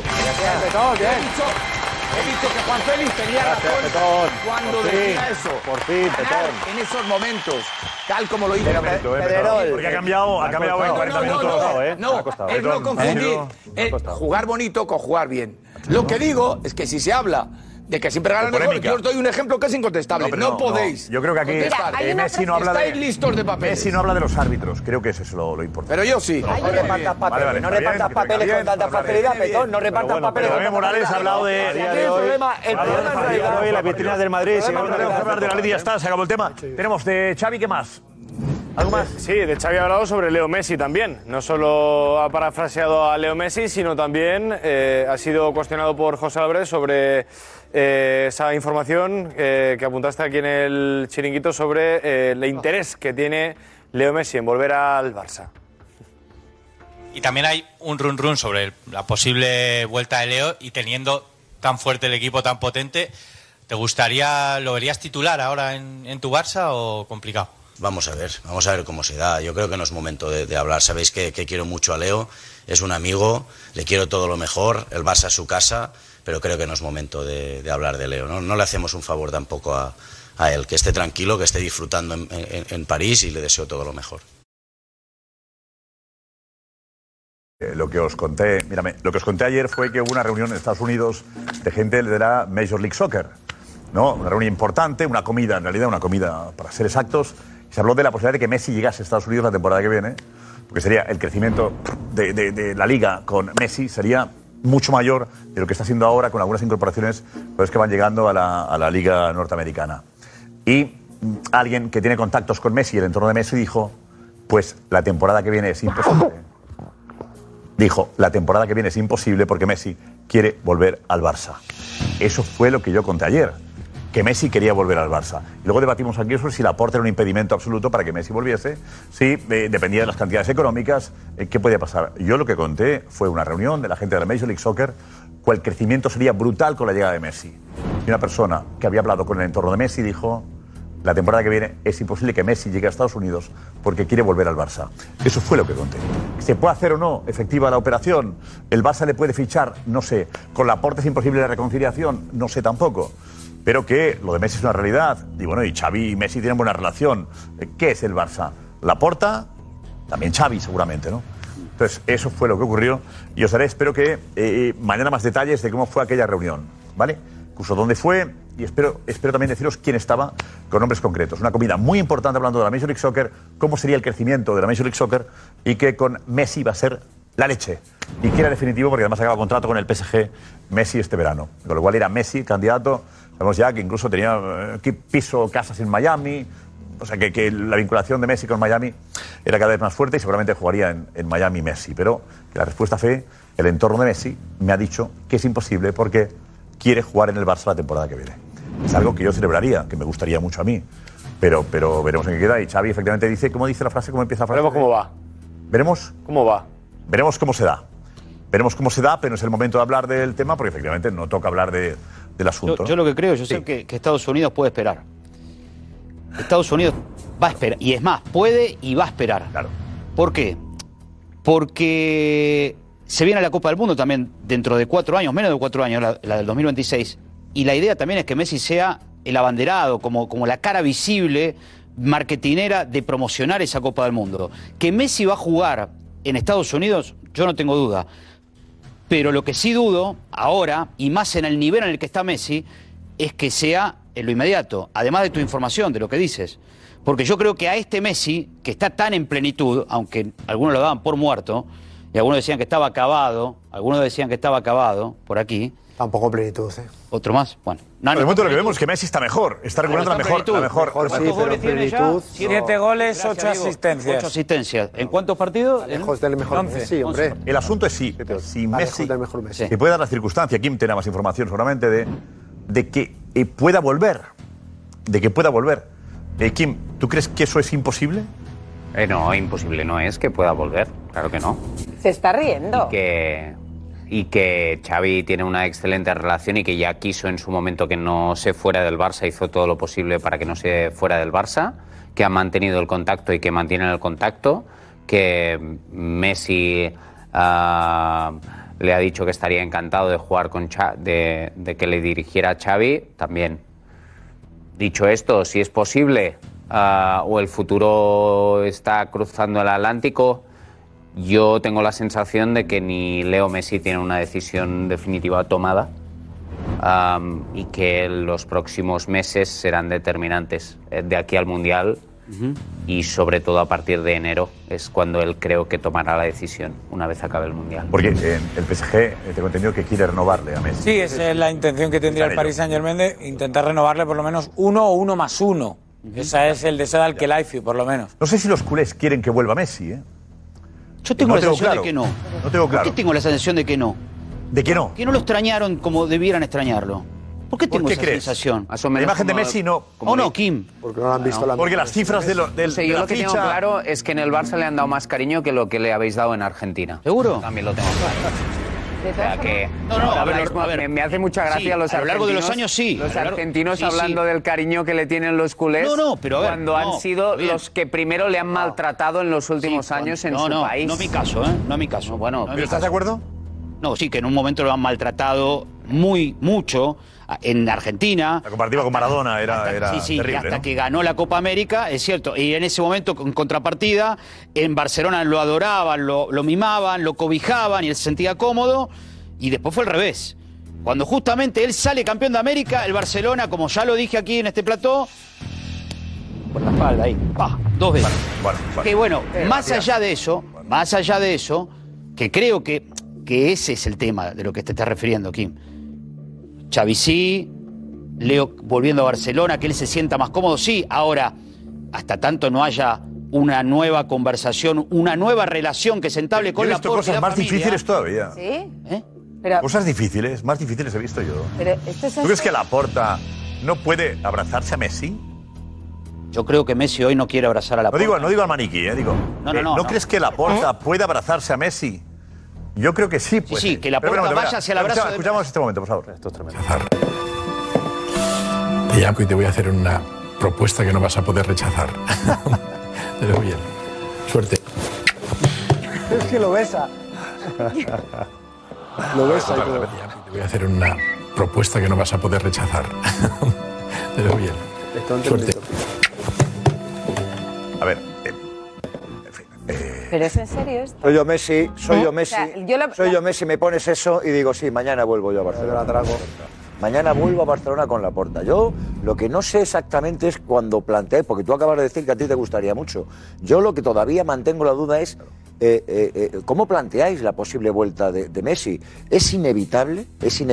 He visto que Juan Félix tenía razón cuando decía eso. Por fin, Ganar en esos momentos, tal como lo hizo. Porque ha cambiado en 40 minutos. No, es no confundir jugar bonito con jugar bien. Lo que digo es que si se habla de que siempre ganan mejor. Yo os doy un ejemplo que es incontestable. No podéis. Yo creo que aquí Messi no habla Estáis listos de papeles. Messi no habla de los árbitros. Creo que eso es lo importante. Pero yo sí. No repartas papeles, no repartas papeles con tanta facilidad, Petón, no repartas papeles con tanta Morales ha hablado de... El problema en realidad... Las vitrinas del Madrid, si vamos a hablar de la Liga, ya está, se acabó el tema. Tenemos de Xavi, ¿qué más? ¿Algo más? Sí, de Xavi ha hablado sobre Leo Messi también. No solo ha parafraseado a Leo Messi, sino también ha sido cuestionado por José Álvarez sobre esa información que apuntaste aquí en el chiringuito sobre el interés que tiene Leo Messi en volver al Barça. Y también hay un run sobre la posible vuelta de Leo, y teniendo tan fuerte el equipo, tan potente, ¿lo verías titular ahora en tu Barça o complicado? Vamos a ver cómo se da. Yo creo que no es momento de hablar. Sabéis que quiero mucho a Leo, es un amigo, le quiero todo lo mejor, el Barça es su casa, pero creo que no es momento de hablar de Leo. No le hacemos un favor tampoco a él, que esté tranquilo, que esté disfrutando en París, y le deseo todo lo mejor. Lo que os conté ayer fue que hubo una reunión en Estados Unidos de gente de la Major League Soccer, ¿no? Una reunión importante, una comida, en realidad una comida para ser exactos. Se habló de la posibilidad de que Messi llegase a Estados Unidos la temporada que viene, porque sería el crecimiento de la Liga con Messi sería mucho mayor de lo que está haciendo ahora con algunas incorporaciones pues, que van llegando a la Liga norteamericana. Y alguien que tiene contactos con Messi y el entorno de Messi dijo, pues la temporada que viene es imposible. Dijo, la temporada que viene es imposible porque Messi quiere volver al Barça. Eso fue lo que yo conté ayer, que Messi quería volver al Barça. Y luego debatimos aquí sobre si Laporte era un impedimento absoluto para que Messi volviese, si dependía de las cantidades económicas, qué podía pasar. Yo lo que conté fue una reunión de la gente de la Major League Soccer, cuál crecimiento sería brutal con la llegada de Messi. Y una persona que había hablado con el entorno de Messi dijo, la temporada que viene es imposible que Messi llegue a Estados Unidos porque quiere volver al Barça. Eso fue lo que conté. ¿Se puede hacer o no efectiva la operación? ¿El Barça le puede fichar? No sé. ¿Con Laporte es imposible la reconciliación? No sé tampoco. Pero que lo de Messi es una realidad. Y bueno, y Xavi y Messi tienen buena relación. ¿Qué es el Barça? Laporta, también Xavi seguramente, ¿no? Entonces, eso fue lo que ocurrió. Y os daré, espero que mañana más detalles de cómo fue aquella reunión, ¿vale? Incluso dónde fue, y espero también deciros quién estaba con nombres concretos. Una comida muy importante hablando de la Major League Soccer, cómo sería el crecimiento de la Major League Soccer y que con Messi va a ser la leche. Y que era definitivo porque además acaba contrato con el PSG Messi este verano. Con lo cual era Messi candidato. Sabemos ya que incluso tenía piso, casas en Miami. O sea que la vinculación de Messi con Miami era cada vez más fuerte y seguramente jugaría en Miami Messi. Pero que la respuesta fue, el entorno de Messi me ha dicho que es imposible porque quiere jugar en el Barça la temporada que viene. Es algo que yo celebraría, que me gustaría mucho a mí. Pero veremos en qué queda. Y Xavi efectivamente dice, ¿cómo dice la frase? ¿Cómo empieza la frase? Veremos cómo va. ¿Veremos? ¿Cómo va? Veremos cómo se da. Veremos cómo se da, pero no es el momento de hablar del tema porque efectivamente no toca hablar del asunto. Yo lo que creo, sé que Estados Unidos puede esperar. Estados Unidos va a esperar. Y es más, puede y va a esperar. Claro. ¿Por qué? Porque se viene la Copa del Mundo también dentro de 4 años, menos de 4 años, la del 2026. Y la idea también es que Messi sea el abanderado, como la cara visible, marketinera de promocionar esa Copa del Mundo. Que Messi va a jugar en Estados Unidos, yo no tengo duda. Pero lo que sí dudo ahora, y más en el nivel en el que está Messi, es que sea en lo inmediato, además de tu información, de lo que dices. Porque yo creo que a este Messi, que está tan en plenitud, aunque algunos lo daban por muerto, y algunos decían que estaba acabado, por aquí. Tampoco plenitud, ¿eh? Otro más, bueno. No, de momento lo que vemos es que Messi está mejor, está recuperando la mejor. Sí, pero plenitud. 7 goles, 8 asistencias. 8 asistencias. ¿En cuántos partidos? Lejos del mejor Messi, hombre. El asunto es si Messi, del mejor Messi. que puede dar la circunstancia, Kim tendrá más información seguramente, de que pueda volver. Kim, ¿tú crees que eso es imposible? No, imposible no es que pueda volver, claro que no. Se está riendo. Y que Xavi tiene una excelente relación y que ya quiso en su momento que no se fuera del Barça, hizo todo lo posible para que no se fuera del Barça, que ha mantenido el contacto y que mantienen el contacto, que Messi le ha dicho que estaría encantado de jugar con de que le dirigiera Xavi también. Dicho esto, si es posible o el futuro está cruzando el Atlántico, yo tengo la sensación de que ni Leo Messi tiene una decisión definitiva tomada y que los próximos meses serán determinantes de aquí al Mundial. Y sobre todo a partir de enero es cuando él creo que tomará la decisión una vez acabe el Mundial. Porque el PSG, tengo entendido que quiere renovarle a Messi. Sí, esa es la intención que tendría el Paris Saint-Germain de intentar renovarle por lo menos 1 o 1 más 1. Ese es el deseo de Al-Khelaifi, por lo menos. No sé si los culés quieren que vuelva Messi, ¿eh? Yo tengo la sensación de que no. No tengo claro. ¿Por qué tengo la sensación de que no? ¿De que no? Que no lo extrañaron como debieran extrañarlo. ¿Por qué tengo esa sensación? La imagen de Messi no. ¿O no, Kim? Porque no lo han visto la Porque las cifras de yo la lo que tengo ficha... claro es que en el Barça le han dado más cariño que lo que le habéis dado en Argentina. ¿Seguro? También lo tengo claro. O sea que a ver. me hace mucha gracia Sí, los a lo largo de los argentinos- años sí. Los A lo largo- argentinos sí, hablando sí. del cariño que le tienen los culés. No, pero a ver, cuando han sido bien. los que primero le han maltratado en los últimos años en su país. No mi caso, ¿eh? No mi caso. Bueno, no mi ¿Estás caso. de acuerdo? No, sí, que en un momento lo han maltratado mucho en Argentina. La comparativa con Maradona era Sí, terrible, hasta ¿no? que ganó la Copa América, es cierto. Y en ese momento, en contrapartida, en Barcelona lo adoraban, lo mimaban, lo cobijaban y él se sentía cómodo. Y después fue al revés. Cuando justamente él sale campeón de América, el Barcelona, como ya lo dije aquí en este plató, por la espalda ahí, pa, 2 veces. Que bueno, más allá de eso, que creo que ese es el tema de lo que te estás refiriendo, Kim. Xavi sí, Leo volviendo a Barcelona, que él se sienta más cómodo, sí. Ahora, hasta tanto no haya una nueva conversación, una nueva relación que se entable con Yo he la visto Porta y cosas la más familia. difíciles todavía. ¿Sí? ¿Eh? Pero, Cosas difíciles, más difíciles he visto yo. pero esto es ¿Tú crees que Laporta no puede abrazarse a Messi? Yo creo que Messi hoy no quiere abrazar a la Porta. No digo al maniquí, digo. ¿No crees que Laporta puede abrazarse a Messi? Yo creo que sí puede. Sí, que Laporta vaya hacia el abrazo de- Escuchamos este momento, por favor. Esto es tremendo. Te llamo y te voy a hacer una propuesta que no vas a poder rechazar. Te veo bien. Suerte. Es que lo besa. Lo besa y todo. Te voy a hacer una propuesta que no vas a poder rechazar. Te veo bien. Suerte. A ver. ¿Pero es en serio esto? Soy yo Messi, O sea, soy yo Messi, me pones eso y digo, sí, mañana vuelvo yo a Barcelona. Mañana vuelvo a Barcelona con Laporta. Yo lo que no sé exactamente es cuando planteé, porque tú acabas de decir que a ti te gustaría mucho. Yo lo que todavía mantengo la duda es ¿cómo planteáis la posible vuelta de Messi? ¿Es inevitable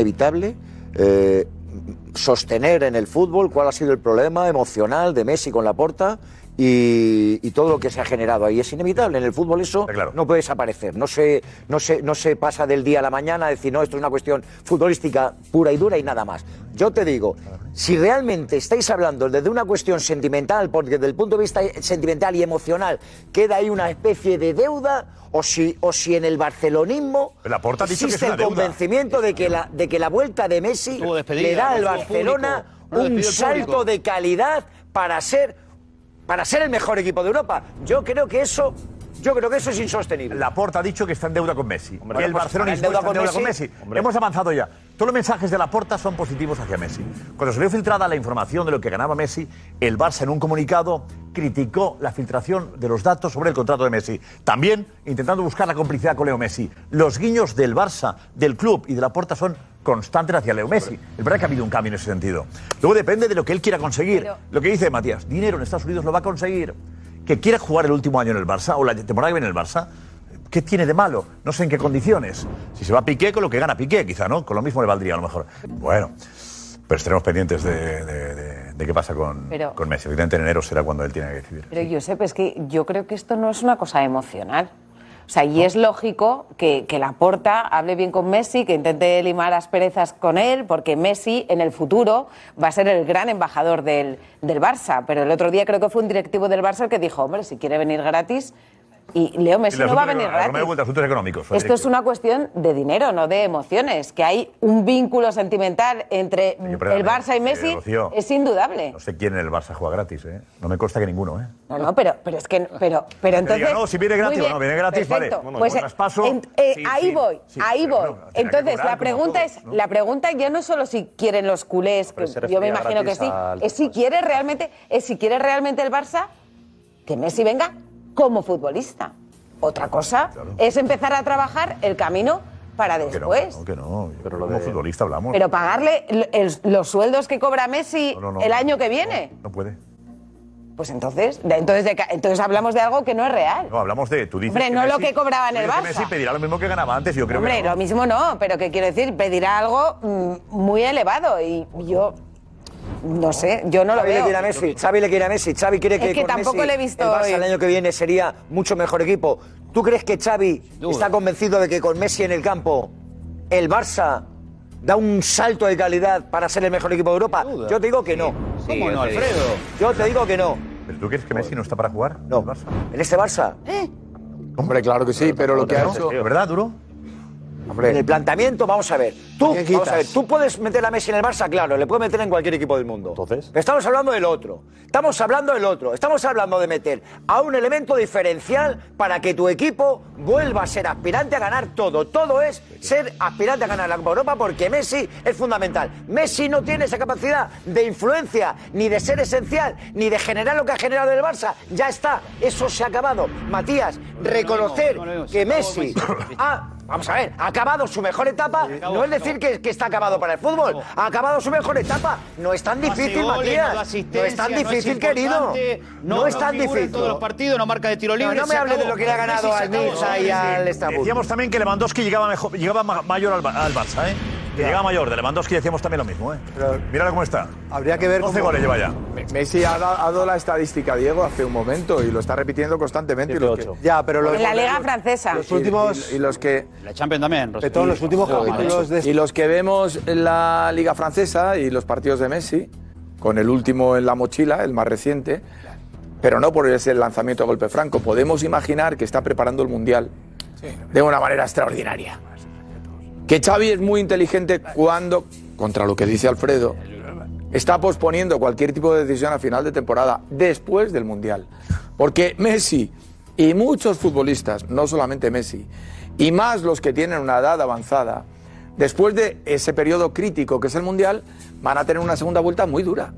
sostener en el fútbol cuál ha sido el problema emocional de Messi con Laporta? Y todo lo que se ha generado ahí es inevitable. En el fútbol eso no puede desaparecer. No se pasa del día a la mañana a decir, no, esto es una cuestión futbolística pura y dura y nada más. Yo te digo, si realmente estáis hablando desde una cuestión sentimental, porque desde el punto de vista sentimental y emocional queda ahí una especie de deuda, o si en el barcelonismo Laporta ha dicho que es existe una el deuda. convencimiento de que la vuelta de Messi le da al Barcelona un salto de calidad para ser el mejor equipo de Europa. Yo creo que eso es insostenible. Laporta ha dicho que está en deuda con Messi. Hombre, que el pues, Barcelona ¿estará está en deuda con Messi. Hombre. Hemos avanzado ya. Todos los mensajes de Laporta son positivos hacia Messi. Cuando salió filtrada la información de lo que ganaba Messi, el Barça en un comunicado criticó la filtración de los datos sobre el contrato de Messi. También intentando buscar la complicidad con Leo Messi. Los guiños del Barça, del club y de Laporta son constantes hacia Leo Messi. Es verdad que ha habido un cambio en ese sentido. Luego depende de lo que él quiera conseguir. Lo que dice Matías, dinero en Estados Unidos lo va a conseguir. Que quiera jugar el último año en el Barça o la temporada que viene en el Barça, ¿qué tiene de malo? No sé en qué condiciones. Si se va a Piqué, con lo que gana Piqué, quizá, ¿no? Con lo mismo le valdría a lo mejor. Bueno, pero estaremos pendientes de qué pasa con Messi. Evidentemente en enero será cuando él tiene que decidir. Pero Josep, es que yo creo que esto no es una cosa emocional. O sea, y es lógico que Laporta hable bien con Messi, que intente limar asperezas con él, porque Messi en el futuro va a ser el gran embajador del Barça. Pero el otro día creo que fue un directivo del Barça el que dijo, hombre, si quiere venir gratis... Y Leo Messi no va a venir gratis. Asuntos económicos. Esto es una cuestión de dinero, no de emociones. Que hay un vínculo sentimental entre el Barça y Messi Rocío, es indudable. No sé quién en el Barça juega gratis, ¿eh? No me consta que ninguno, ¿eh? No, pero es que... Pero entonces... Diga, no, si viene gratis muy bien, o no viene gratis, perfecto. vale. Bueno, Pues traspaso. ahí voy. Entonces, cobrar, la pregunta es, la pregunta ya no es solo si quieren los culés, que yo me imagino que sí, es si quiere realmente el Barça que Messi venga como futbolista. Otra cosa es empezar a trabajar el camino para después. Que no. Pero como futbolista hablamos. Pero pagarle los sueldos que cobra Messi el año que viene. No puede. Pues entonces hablamos de algo que no es real. No, hablamos de, tú dices Hombre, que no Messi, lo que cobraba en el Barça. Messi pedirá lo mismo que ganaba antes, yo creo. Hombre, que no. lo mismo no, pero que quiero decir, pedirá algo muy elevado y yo no sé, yo no lo veo. Xavi le quiere a Messi, Xavi quiere que Es que con tampoco Messi le he visto el Barça hoy. el año que viene sería mucho mejor equipo. ¿Tú crees que Xavi está convencido de que con Messi en el campo el Barça da un salto de calidad para ser el mejor equipo de Europa? Yo te digo que no. ¿Cómo no, Alfredo? Yo te digo que no. ¿Pero tú crees que Messi no está para jugar? No. ¿En este Barça? Hombre, claro que sí, pero lo que ha hecho... ¿De verdad, Duro? Hombre. En el planteamiento, vamos a ver. Tú puedes meter a Messi en el Barça, claro, le puedes meter en cualquier equipo del mundo. Entonces. Pero estamos hablando del otro. Estamos hablando de meter a un elemento diferencial para que tu equipo vuelva a ser aspirante a ganar todo. Todo es ser aspirante a ganar la Copa Europa porque Messi es fundamental. Messi no tiene esa capacidad de influencia, ni de ser esencial, ni de generar lo que ha generado el Barça. Ya está, eso se ha acabado. Matías, reconocer que Messi vamos a ver, ha acabado su mejor etapa, no es decir que está acabado para el fútbol, ha acabado su mejor etapa, no es tan difícil, Matías, no es tan difícil, querido, no es tan difícil. Todos los partidos, no marca de tiro libre. No me hable de lo que le ha ganado al Niza y al Estambul. Decíamos también que Lewandowski llegaba mayor al Barça, ¿eh? Que llegaba mayor, de Lewandowski decíamos también lo mismo, ¿eh? Pero míralo cómo está. Habría que ver 12 goles lleva ya. Messi ha dado la estadística, Diego, hace un momento y lo está repitiendo constantemente. Y los que, ya, pero en la Liga Francesa. Los últimos... Y los que... La Champions también. Todos los últimos capítulos de... Y los que vemos en la Liga Francesa y los partidos de Messi, con el último en la mochila, el más reciente, pero no por ese lanzamiento de golpe franco. Podemos imaginar que está preparando el Mundial de una manera extraordinaria. Que Xavi es muy inteligente cuando, contra lo que dice Alfredo, está posponiendo cualquier tipo de decisión a final de temporada, después del Mundial. Porque Messi y muchos futbolistas, no solamente Messi, y más los que tienen una edad avanzada, después de ese periodo crítico que es el Mundial, van a tener una segunda vuelta muy dura.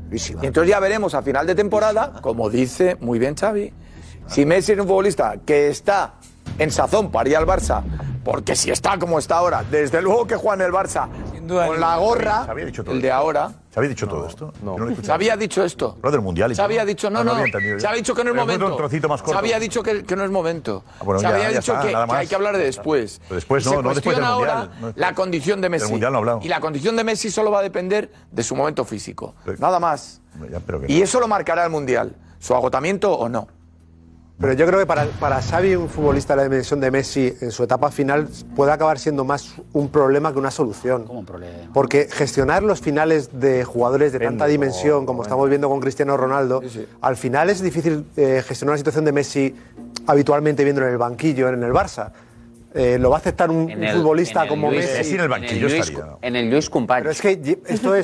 Y entonces ya veremos a final de temporada, como dice muy bien Xavi, si Messi es un futbolista que está en sazón para ir al Barça, porque si está como está ahora, desde luego que juega en el Barça con la gorra, el de ahora. ¿Se había dicho todo esto? No. ¿Se había dicho esto? Lo del Mundial. Se había dicho, no. Se había dicho que no es momento. Se había dicho que no es momento. Se había dicho que hay que hablar de después. Pero después no después del ahora Mundial. La condición de Messi. Del Mundial no ha hablado. Y la condición de Messi solo va a depender de su momento físico. Nada más. Pero y eso lo marcará el Mundial. Su agotamiento o no. Pero yo creo que para Xavi, un futbolista de la dimensión de Messi, en su etapa final, puede acabar siendo más un problema que una solución. ¿Cómo un problema? Porque gestionar los finales de jugadores de tanta dimensión, como estamos viendo con Cristiano Ronaldo, al final es difícil gestionar una situación de Messi habitualmente viendo en el banquillo, en el Barça. Lo va a aceptar un futbolista como Messi. En el banquillo estaría. En el Lluís Companys. Pero es que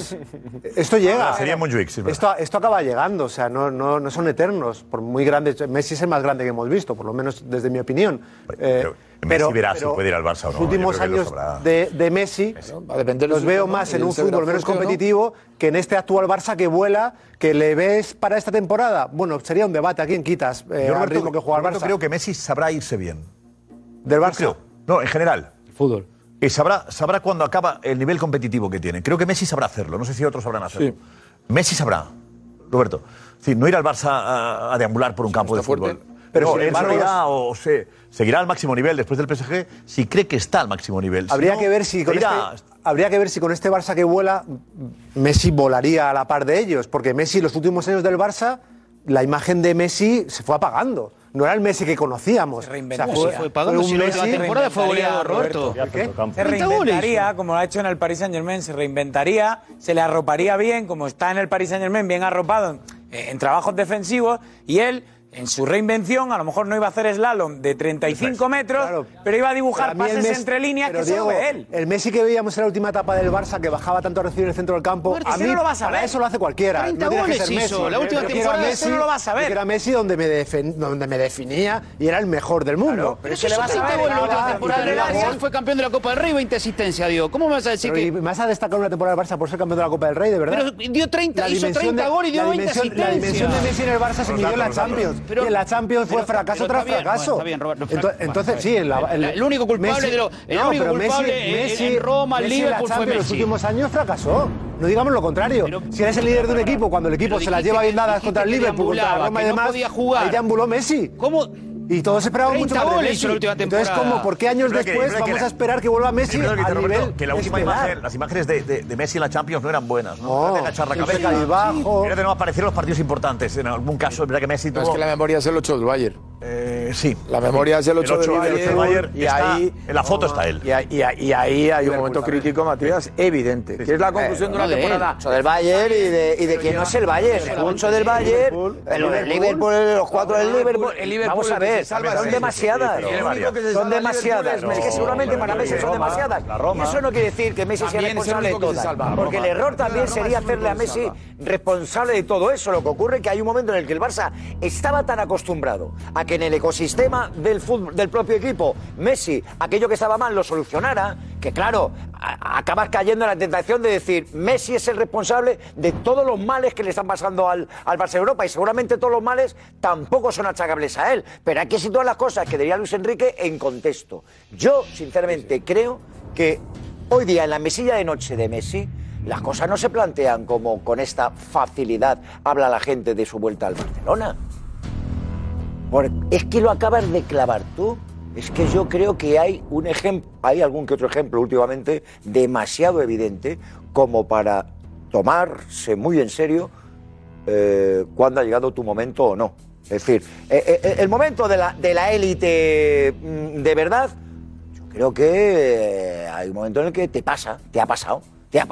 esto llega. Sería Montjuic, sí. Esto acaba llegando, o sea, no son eternos, por muy grandes. Messi es el más grande que hemos visto, por lo menos desde mi opinión. Messi verá si puede ir al Barça o no. Los últimos años de Messi los veo más en un fútbol menos competitivo que en este actual Barça que vuela, que le ves para esta temporada. Bueno, sería un debate. ¿A quién quitas al ritmo que juega el Barça? Yo creo que Messi sabrá irse bien. ¿Del Barça? No, en general. El fútbol. Y sabrá cuando acaba el nivel competitivo que tiene. Creo que Messi sabrá hacerlo. No sé si otros sabrán hacerlo. Sí. Messi sabrá, Roberto. Sí, no ir al Barça a deambular por un campo de fútbol. Pero no, él solo irá o seguirá al máximo nivel después del PSG si cree que está al máximo nivel. Habría que ver si con este Barça que vuela, Messi volaría a la par de ellos. Porque Messi, los últimos años del Barça, la imagen de Messi se fue apagando. No era el Messi que conocíamos. Se fue pagando. Si la temporada fue goleador, Roberto. Se reinventaría, como lo ha hecho en el Paris Saint-Germain, se reinventaría, se le arroparía bien, como está en el Paris Saint-Germain, bien arropado en trabajos defensivos, y él, en su reinvención, a lo mejor no iba a hacer slalom de 35 metros, pero iba a dibujar pases entre líneas que solo ve él. El Messi que veíamos en la última etapa del Barça, que bajaba tanto a recibir en el centro del campo, a mí, no lo vas a ver. Para eso lo hace cualquiera. 30 no tiene que goles ser Messi. hizo. La última temporada eso no lo vas a ver. Era Messi donde me definía y era el mejor del mundo. Claro, pero eso le vas a ver. La última temporada del Barça fue campeón de la Copa del Rey, 20 asistencias dio. ¿Cómo me vas a decir que...? ¿Me vas a destacar una temporada del Barça por ser campeón de la Copa del Rey, de verdad? Pero dio 30, hizo 30 goles y dio 20 asistencias. La dimensión de Messi en el Barça se midió en la Champions. y en la Champions fue fracaso tras fracaso. Entonces, sí, el único culpable Messi en Roma, el Liverpool fue Messi. En los Messi. últimos años fracasó. No digamos lo contrario. Si eres el líder de un equipo, cuando el equipo se las lleva bien dadas contra el Liverpool, contra la Roma y demás, ahí deambuló Messi. ¿Cómo? Y todos esperaban mucho más de Messi. Entonces, ¿por qué años después vamos a esperar que vuelva Messi al nivel que la última imagen, las imágenes de Messi en la Champions no eran buenas, ¿no? No, agachar la siempre cabeza. cabizbajo. Era de no aparecer los partidos importantes. En algún caso, es verdad que Messi tuvo... Es que la memoria es el 8 del Bayern. Sí. La memoria es el 8 del Bayern. Y ahí... En la foto está él. Y ahí hay un momento crítico, Matías, evidente. Que es la conclusión de una temporada. 8 del Bayern y de que no es el Bayern. El 8 del Bayern, el Liverpool, los 4 del Liverpool. Vamos a ver, son demasiadas. Son demasiadas. Es que seguramente para Messi son demasiadas. Y eso no quiere decir que Messi sea responsable de todas. Porque el error también sería hacerle a Messi responsable de todo eso. Lo que ocurre es que hay un momento en el que el Barça estaba tan acostumbrado a que en el ecosistema del fútbol, del propio equipo, Messi, aquello que estaba mal lo solucionara, que claro, acabas cayendo en la tentación de decir Messi es el responsable de todos los males que le están pasando al Barça de Europa, y seguramente todos los males tampoco son achacables a él, pero hay que situar las cosas que diría Luis Enrique en contexto. Yo sinceramente creo que hoy día en la mesilla de noche de Messi las cosas no se plantean como con esta facilidad habla la gente de su vuelta al Barcelona. Porque es que lo acabas de clavar tú. Es que yo creo que hay un ejemplo, hay algún que otro ejemplo últimamente demasiado evidente como para tomarse muy en serio cuándo ha llegado tu momento o no. Es decir, el momento de la élite de verdad, yo creo que hay un momento en el que te ha pasado.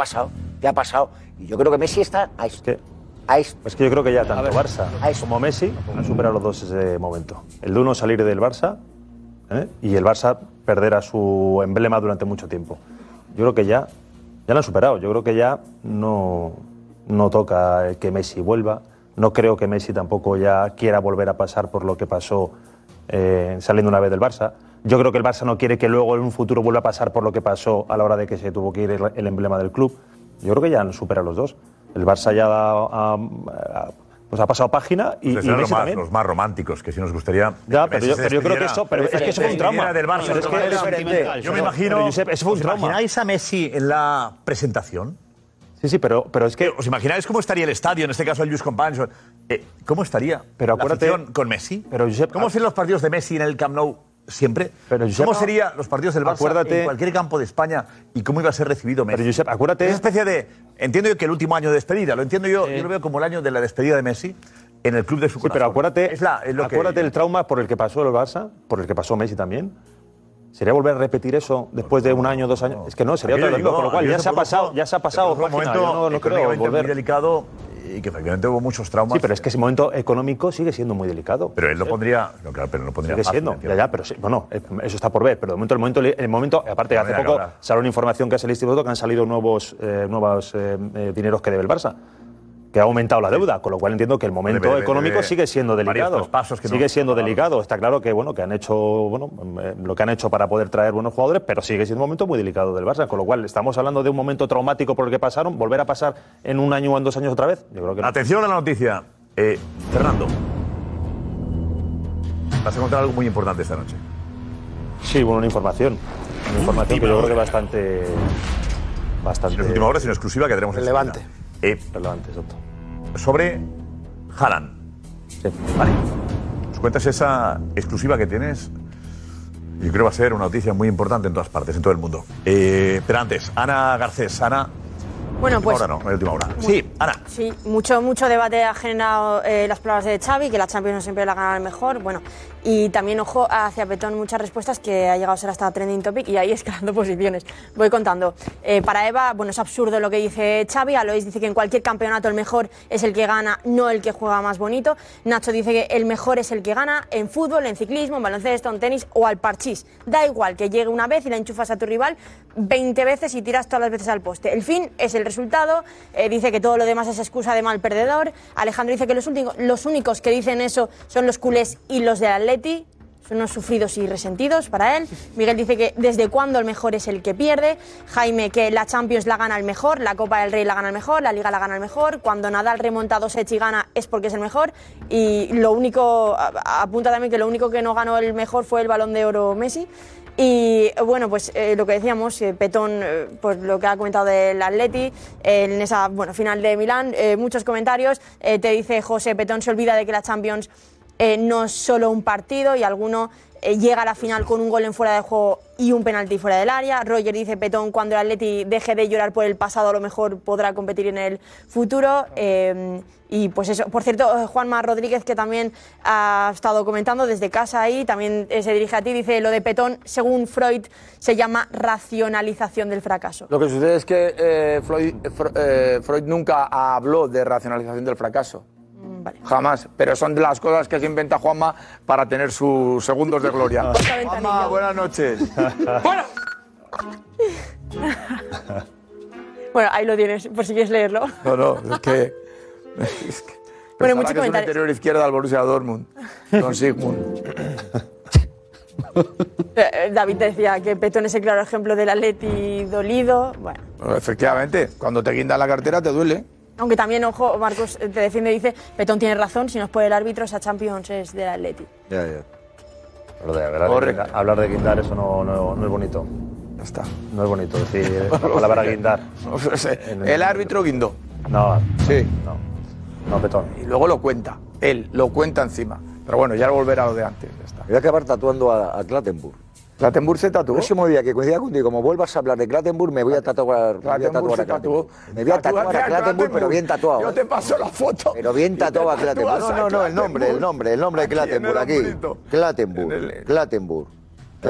Y yo creo que Messi está a esto. Es que yo creo que ya tanto Barça como Messi han superado los dos ese momento. El de uno salir del Barça y el Barça perder a su emblema durante mucho tiempo. Yo creo que ya lo han superado. Yo creo que ya no toca que Messi vuelva. No creo que Messi tampoco ya quiera volver a pasar por lo que pasó saliendo una vez del Barça. Yo creo que el Barça no quiere que luego en un futuro vuelva a pasar por lo que pasó a la hora de que se tuvo que ir el emblema del club. Yo creo que ya han superado los dos. El Barça ya ha pasado página y Messi también. Los más románticos, que sí nos gustaría... Ya, pero yo creo que eso... Pero es que eso fue un trauma. Del Barça, pero es que es sentimental. Yo me imagino... Josep, eso fue un trauma. ¿Imagináis a Messi en la presentación? Sí, pero es que... ¿Os imagináis cómo estaría el estadio, en este caso el Lluís Companys? ¿Cómo estaría pero acuérdate, la afición con Messi? Pero, Josep, ¿Cómo serían los partidos de Messi en el Camp Nou siempre? Pero, Josep, ¿Cómo serían los partidos del Barça en cualquier campo de España y cómo iba a ser recibido Messi? Pero, Josep, acuérdate... Esa especie de... Entiendo yo que el último año de despedida, lo entiendo yo lo veo como el año de la despedida de Messi en el club de su corazón. Sí, pero acuérdate, acuérdate el trauma por el que pasó el Barça, por el que pasó Messi también. ¿Sería volver a repetir eso después de un año, 2 años? Es que no, sería otra vez, con lo cual ya se ha pasado. Un momento no creo volver. muy delicado y que efectivamente hubo muchos traumas. Sí, pero es que ese momento económico sigue siendo muy delicado. Pero él lo pondría... No, claro, pero no pondría sigue fácil, siendo, pero sí, bueno, eso está por ver. Pero de momento, el momento aparte, hace poco salió una información que hace el instituto que han salido nuevos dineros que debe el Barça, que ha aumentado la deuda, con lo cual entiendo que el momento económico sigue siendo delicado. Sigue siendo delicado. Está claro que que han hecho lo que han hecho para poder traer buenos jugadores, pero sigue siendo un momento muy delicado del Barça, con lo cual estamos hablando de un momento traumático por el que pasaron, volver a pasar en un año o en 2 años otra vez. Yo creo que no. Atención a la noticia, Fernando. Vas a encontrar algo muy importante esta noche. Sí, una información que yo creo que bastante. No es última hora, sino exclusiva que tenemos. Relevante. Relevante, exacto. Sobre Haaland. Sí. Vale. ¿Nos cuentas esa exclusiva que tienes? Yo creo que va a ser una noticia muy importante en todas partes, en todo el mundo. Pero antes, Ana Garcés. Ana. Bueno, pues. Ahora no, en última hora. Sí, Ana. Sí, mucho debate ha generado las palabras de Xavi, que la Champions no siempre la gana el mejor. Bueno, y también, ojo, hacia Petón muchas respuestas que ha llegado a ser hasta trending topic y ahí escalando posiciones. Voy contando. Para Eva, bueno, es absurdo lo que dice Xavi. Alois dice que en cualquier campeonato el mejor es el que gana, no el que juega más bonito. Nacho dice que el mejor es el que gana en fútbol, en ciclismo, en baloncesto, en tenis o al parchís. Da igual que llegue una vez y la enchufas a tu rival 20 veces y tiras todas las veces al poste. El fin es el resultado. Dice que todo lo demás es excusa de mal perdedor. Alejandro dice que los únicos que dicen eso son los culés y los del Atleti. son unos sufridos y resentidos para él. Miguel dice que desde cuándo el mejor es el que pierde. Jaime que la Champions la gana el mejor, la Copa del Rey la gana el mejor, la Liga la gana el mejor. Cuando Nadal remonta 2 sets y gana es porque es el mejor. Y lo único, apunta también que lo único que no ganó el mejor fue el Balón de Oro Messi. Y bueno, pues lo que decíamos, Petón, pues lo que ha comentado del Atleti, en esa final de Milán, muchos comentarios, te dice José, Petón se olvida de que la Champions no es solo un partido y alguno llega a la final con un gol en fuera de juego y un penalti fuera del área. Roger dice, Petón, cuando el Atleti deje de llorar por el pasado, a lo mejor podrá competir en el futuro. Y pues eso, por cierto, Juanma Rodríguez, que también ha estado comentando desde casa ahí, también se dirige a ti, dice, lo de Petón, según Freud, se llama racionalización del fracaso. Lo que sucede es que Freud nunca habló de racionalización del fracaso. Vale. Jamás, pero son de las cosas que se inventa Juanma para tener sus segundos de gloria. Juanma, buenas noches. Bueno. Bueno, ahí lo tienes, por si quieres leerlo. No, es que bueno, muchos que es una interior izquierda del Borussia Dortmund, con Sigmund. David decía que Petón es el claro ejemplo del Atleti dolido. Bueno, efectivamente, cuando te guindan la cartera te duele. Aunque también, ojo, Marcos te defiende y dice, Petón tiene razón, si no es por el árbitro, esa Champions es del Atleti. Ya. Pero de verdad, hablar de guindar, eso no es bonito. Ya está. No es bonito decir la palabra guindar. El árbitro guindó. No. Sí. No, Petón. Y luego lo cuenta. Él lo cuenta encima. Pero bueno, ya volverá a lo de antes. Ya está. Voy a acabar tatuando a Clattenburg. ¿Clattenburg se tatuó? El próximo día que coincida contigo, como vuelvas a hablar de Clattenburg, me voy a tatuar a Clattenburg. Me voy a tatuar a Clattenburg, pero bien tatuado. Yo te paso la foto. Pero bien tatuado a Clattenburg. No, el nombre de Clattenburg aquí. Clattenburg.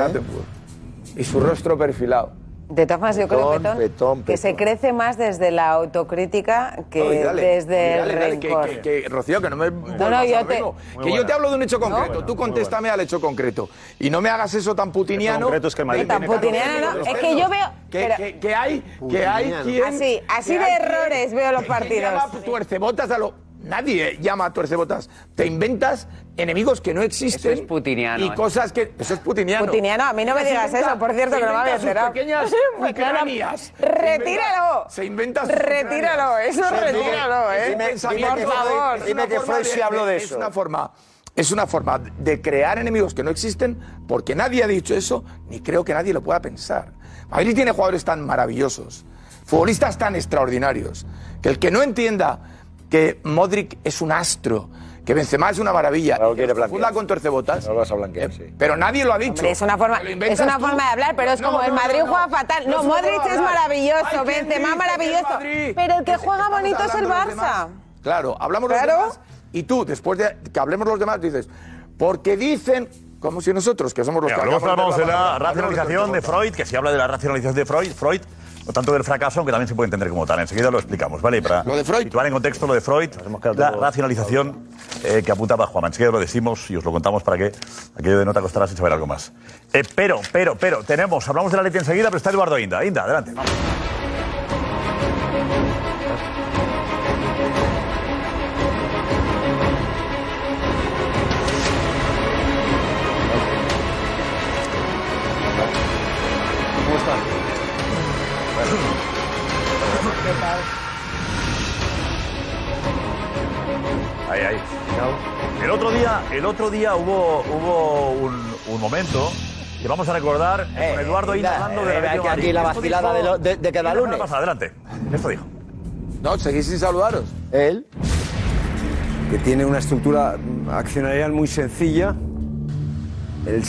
Y su rostro perfilado. De todas maneras, yo creo, Petón, que se crece más desde la autocrítica que desde el rencor. Rocío, que no me yo te hablo de un hecho concreto. Tú contéstame al hecho concreto. Y no me hagas eso tan putiniano. Concreto es que Madrid tan putiniano, no. Es que yo veo... Que hay quien... Así de errores veo los partidos. Llama tuercebotas a lo... Nadie llama tuercebotas. Te inventas enemigos que no existen. Eso es putiniano. Y cosas que... Eso es putiniano. Putiniano, a mí no me digas eso, por cierto, que no me había enterado. Pequeñas ucranias. ¡Retíralo! Se inventa... ¡Retíralo! Eso retíralo, Por favor. Dime que Freud sí habló de eso. Es una forma de crear enemigos que no existen, porque nadie ha dicho eso, ni creo que nadie lo pueda pensar. Madrid tiene jugadores tan maravillosos, futbolistas tan extraordinarios, que el que no entienda que Modric es un astro, que Benzema es una maravilla, que confunda con tuercebotas. No lo vas a blanquear, sí. Pero nadie lo ha dicho. Hombre, es una forma de hablar, pero es como el Madrid juega fatal. No, Modric es maravilloso, Benzema maravilloso, pero el que juega bonito es el Barça. Claro, hablamos los demás y tú, después de que hablemos los demás, dices, porque dicen... Como si nosotros, que somos los que hablamos de la racionalización de Freud, que se habla de la racionalización de Freud, no tanto del fracaso, aunque también se puede entender como tal. Enseguida lo explicamos, ¿vale? Para lo de Freud. situar en contexto lo de Freud, la racionalización que apuntaba Juanma. Enseguida lo decimos y os lo contamos para que aquello de no te acostarás sin saber algo más. Pero, hablamos de la Atleti enseguida, pero está Eduardo Inda. Inda, adelante. Vamos. Ahí. El otro día hubo un momento que vamos a recordar con Eduardo Inda hablando de aquí la vacilada de cada lunes. Adelante. Esto dijo. No, seguís sin saludaros. Él. Que tiene una estructura accionarial muy sencilla. El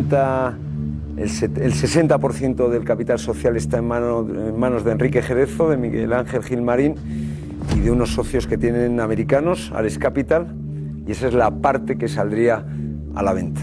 60% del capital social está en manos de Enrique Jerezo, de Miguel Ángel Gilmarín y de unos socios que tienen americanos, Ares Capital, y esa es la parte que saldría a la venta.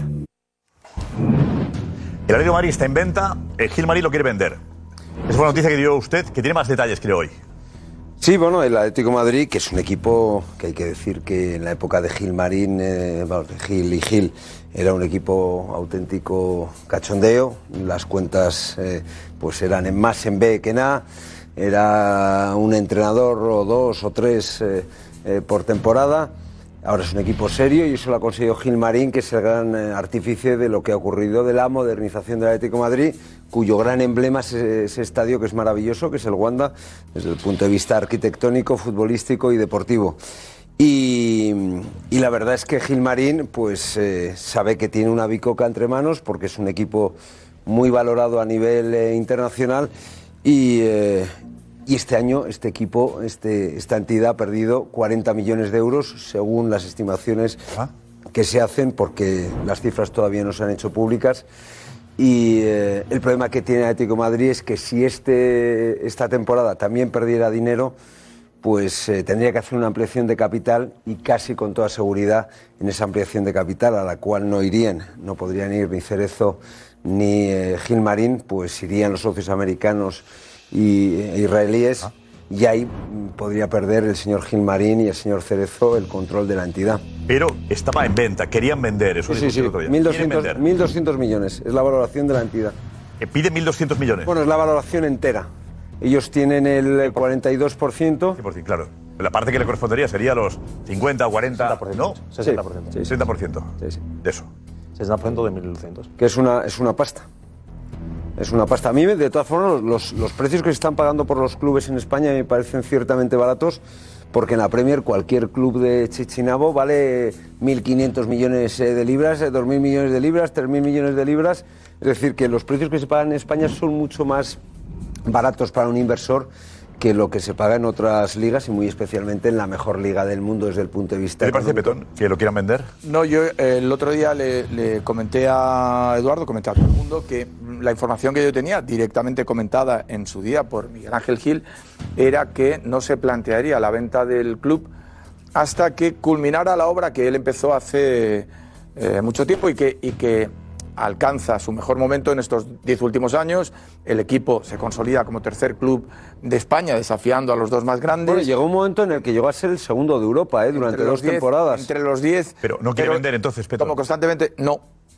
El Atlético de Madrid está en venta, Gilmarín lo quiere vender. Esa fue la noticia que dio usted, que tiene más detalles, creo, hoy. Sí, bueno, el Atlético de Madrid, que es un equipo que hay que decir que en la época de Gilmarín, de Gil y Gil, era un equipo auténtico cachondeo. Las cuentas pues eran más en B que en A. Era un entrenador o dos o tres por temporada. Ahora es un equipo serio y eso lo ha conseguido Gilmarín, que es el gran artífice de lo que ha ocurrido de la modernización del Atlético de Madrid, cuyo gran emblema es ese estadio que es maravilloso, que es el Wanda, desde el punto de vista arquitectónico, futbolístico y deportivo. Y la verdad es que Gilmarín pues, sabe que tiene una bicoca entre manos porque es un equipo muy valorado a nivel internacional y este año este equipo, esta entidad ha perdido 40 millones de euros según las estimaciones que se hacen, porque las cifras todavía no se han hecho públicas. Y el problema que tiene Atlético de Madrid es que si esta temporada también perdiera dinero, pues tendría que hacer una ampliación de capital y casi con toda seguridad en esa ampliación de capital, a la cual no podrían ir ni Cerezo ni Gilmarín, pues irían los socios americanos e israelíes, y ahí podría perder el señor Gilmarín y el señor Cerezo el control de la entidad. Pero estaba en venta, querían vender, eso sí, 1.200 millones, es la valoración de la entidad. ¿Pide 1.200 millones? Bueno, es la valoración entera. Ellos tienen el 42%. Sí, claro. La parte que le correspondería sería los 50 o 40, 60%, ¿no? 60%. Sí. 60%. Sí. De eso. 60% de 1.200. Que es una pasta. Es una pasta. A mí, de todas formas, los precios que se están pagando por los clubes en España me parecen ciertamente baratos, porque en la Premier cualquier club de Chichinabo vale 1.500 millones de libras, 2.000 millones de libras, 3.000 millones de libras. Es decir, que los precios que se pagan en España son mucho más baratos para un inversor que lo que se paga en otras ligas, y muy especialmente en la mejor liga del mundo desde el punto de vista ¿Qué le parece, Petón, que lo quieran vender? No, yo el otro día le comenté a Eduardo, comenté a todo el mundo, que la información que yo tenía, directamente comentada en su día por Miguel Ángel Gil, era que no se plantearía la venta del club hasta que culminara la obra que él empezó hace mucho tiempo y que alcanza su mejor momento en estos 10 últimos años. El equipo se consolida como tercer club de España, desafiando a los dos más grandes. Bueno, llegó un momento en el que llegó a ser el segundo de Europa, durante 2 temporadas. Entre los 10. Pero no quiere vender entonces, Petón. Como constantemente, no.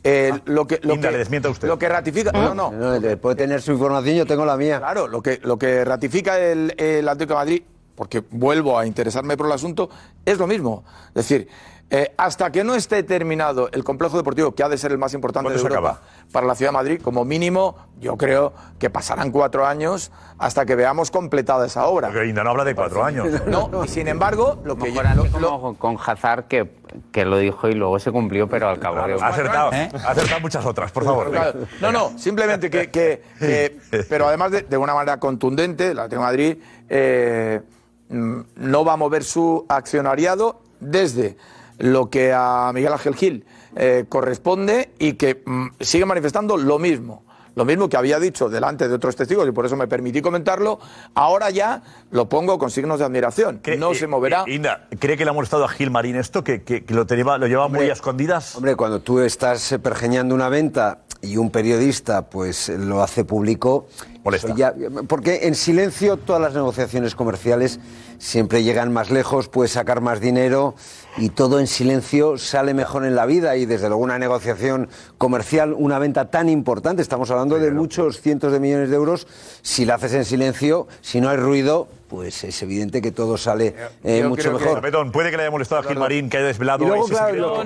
Le desmienta usted. Lo que ratifica. No. Puede tener su información, yo tengo la mía. Claro, lo que ratifica el Atlético de Madrid, porque vuelvo a interesarme por el asunto, es lo mismo. Es decir, hasta que no esté terminado el complejo deportivo, que ha de ser el más importante de Europa para la ciudad de Madrid, como mínimo, yo creo que pasarán 4 años hasta que veamos completada esa obra. Porque Inda no habla de 4 años. No, y sin embargo, lo que como con Hazard, que lo dijo y luego se cumplió, pero al cabo de... Ha acertado muchas otras, por favor. No, simplemente pero además de una manera contundente, el Atlético de Madrid no va a mover su accionariado desde lo que a Miguel Ángel Gil corresponde, y que sigue manifestando lo mismo que había dicho delante de otros testigos, y por eso me permití comentarlo. Ahora ya lo pongo con signos de admiración. No se moverá. Inda, ¿cree que le ha molestado a Gilmarín esto? ¿Que lo lleva muy a escondidas? Hombre, cuando tú estás pergeñando una venta y un periodista pues lo hace público, molesta. Porque en silencio todas las negociaciones comerciales siempre llegan más lejos, puedes sacar más dinero, y todo en silencio sale mejor en la vida. Y desde luego una negociación comercial, una venta tan importante, estamos hablando de muchos cientos de millones de euros, si la haces en silencio, si no hay ruido, pues es evidente que todo sale mucho mejor. Petón, ¿puede que le haya molestado a Gilmarín que haya desvelado luego, ese secreto?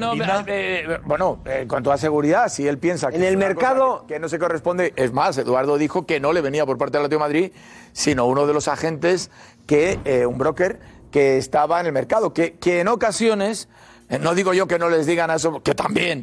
Con toda seguridad, si él piensa que en el mercado que no se corresponde, es más, Eduardo dijo que no le venía por parte del Atlético de Madrid, sino uno de los agentes, un broker que estaba en el mercado, que en ocasiones, no digo yo que no les digan eso, que también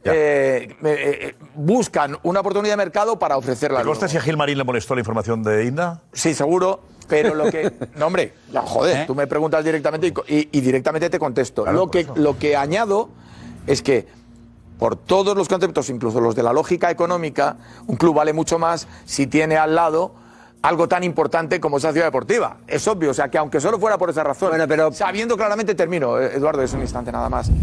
buscan una oportunidad de mercado para ofrecerla. ¿Te consta si a Gilmarín le molestó la información de Inda? Sí, seguro. Pero lo que... No, hombre, tú me preguntas directamente y directamente te contesto. Claro, lo que añado es que, por todos los conceptos, incluso los de la lógica económica, un club vale mucho más si tiene al lado algo tan importante como esa ciudad deportiva. Es obvio, o sea, que aunque solo fuera por esa razón, sabiendo claramente, termino, Eduardo, es un instante nada más,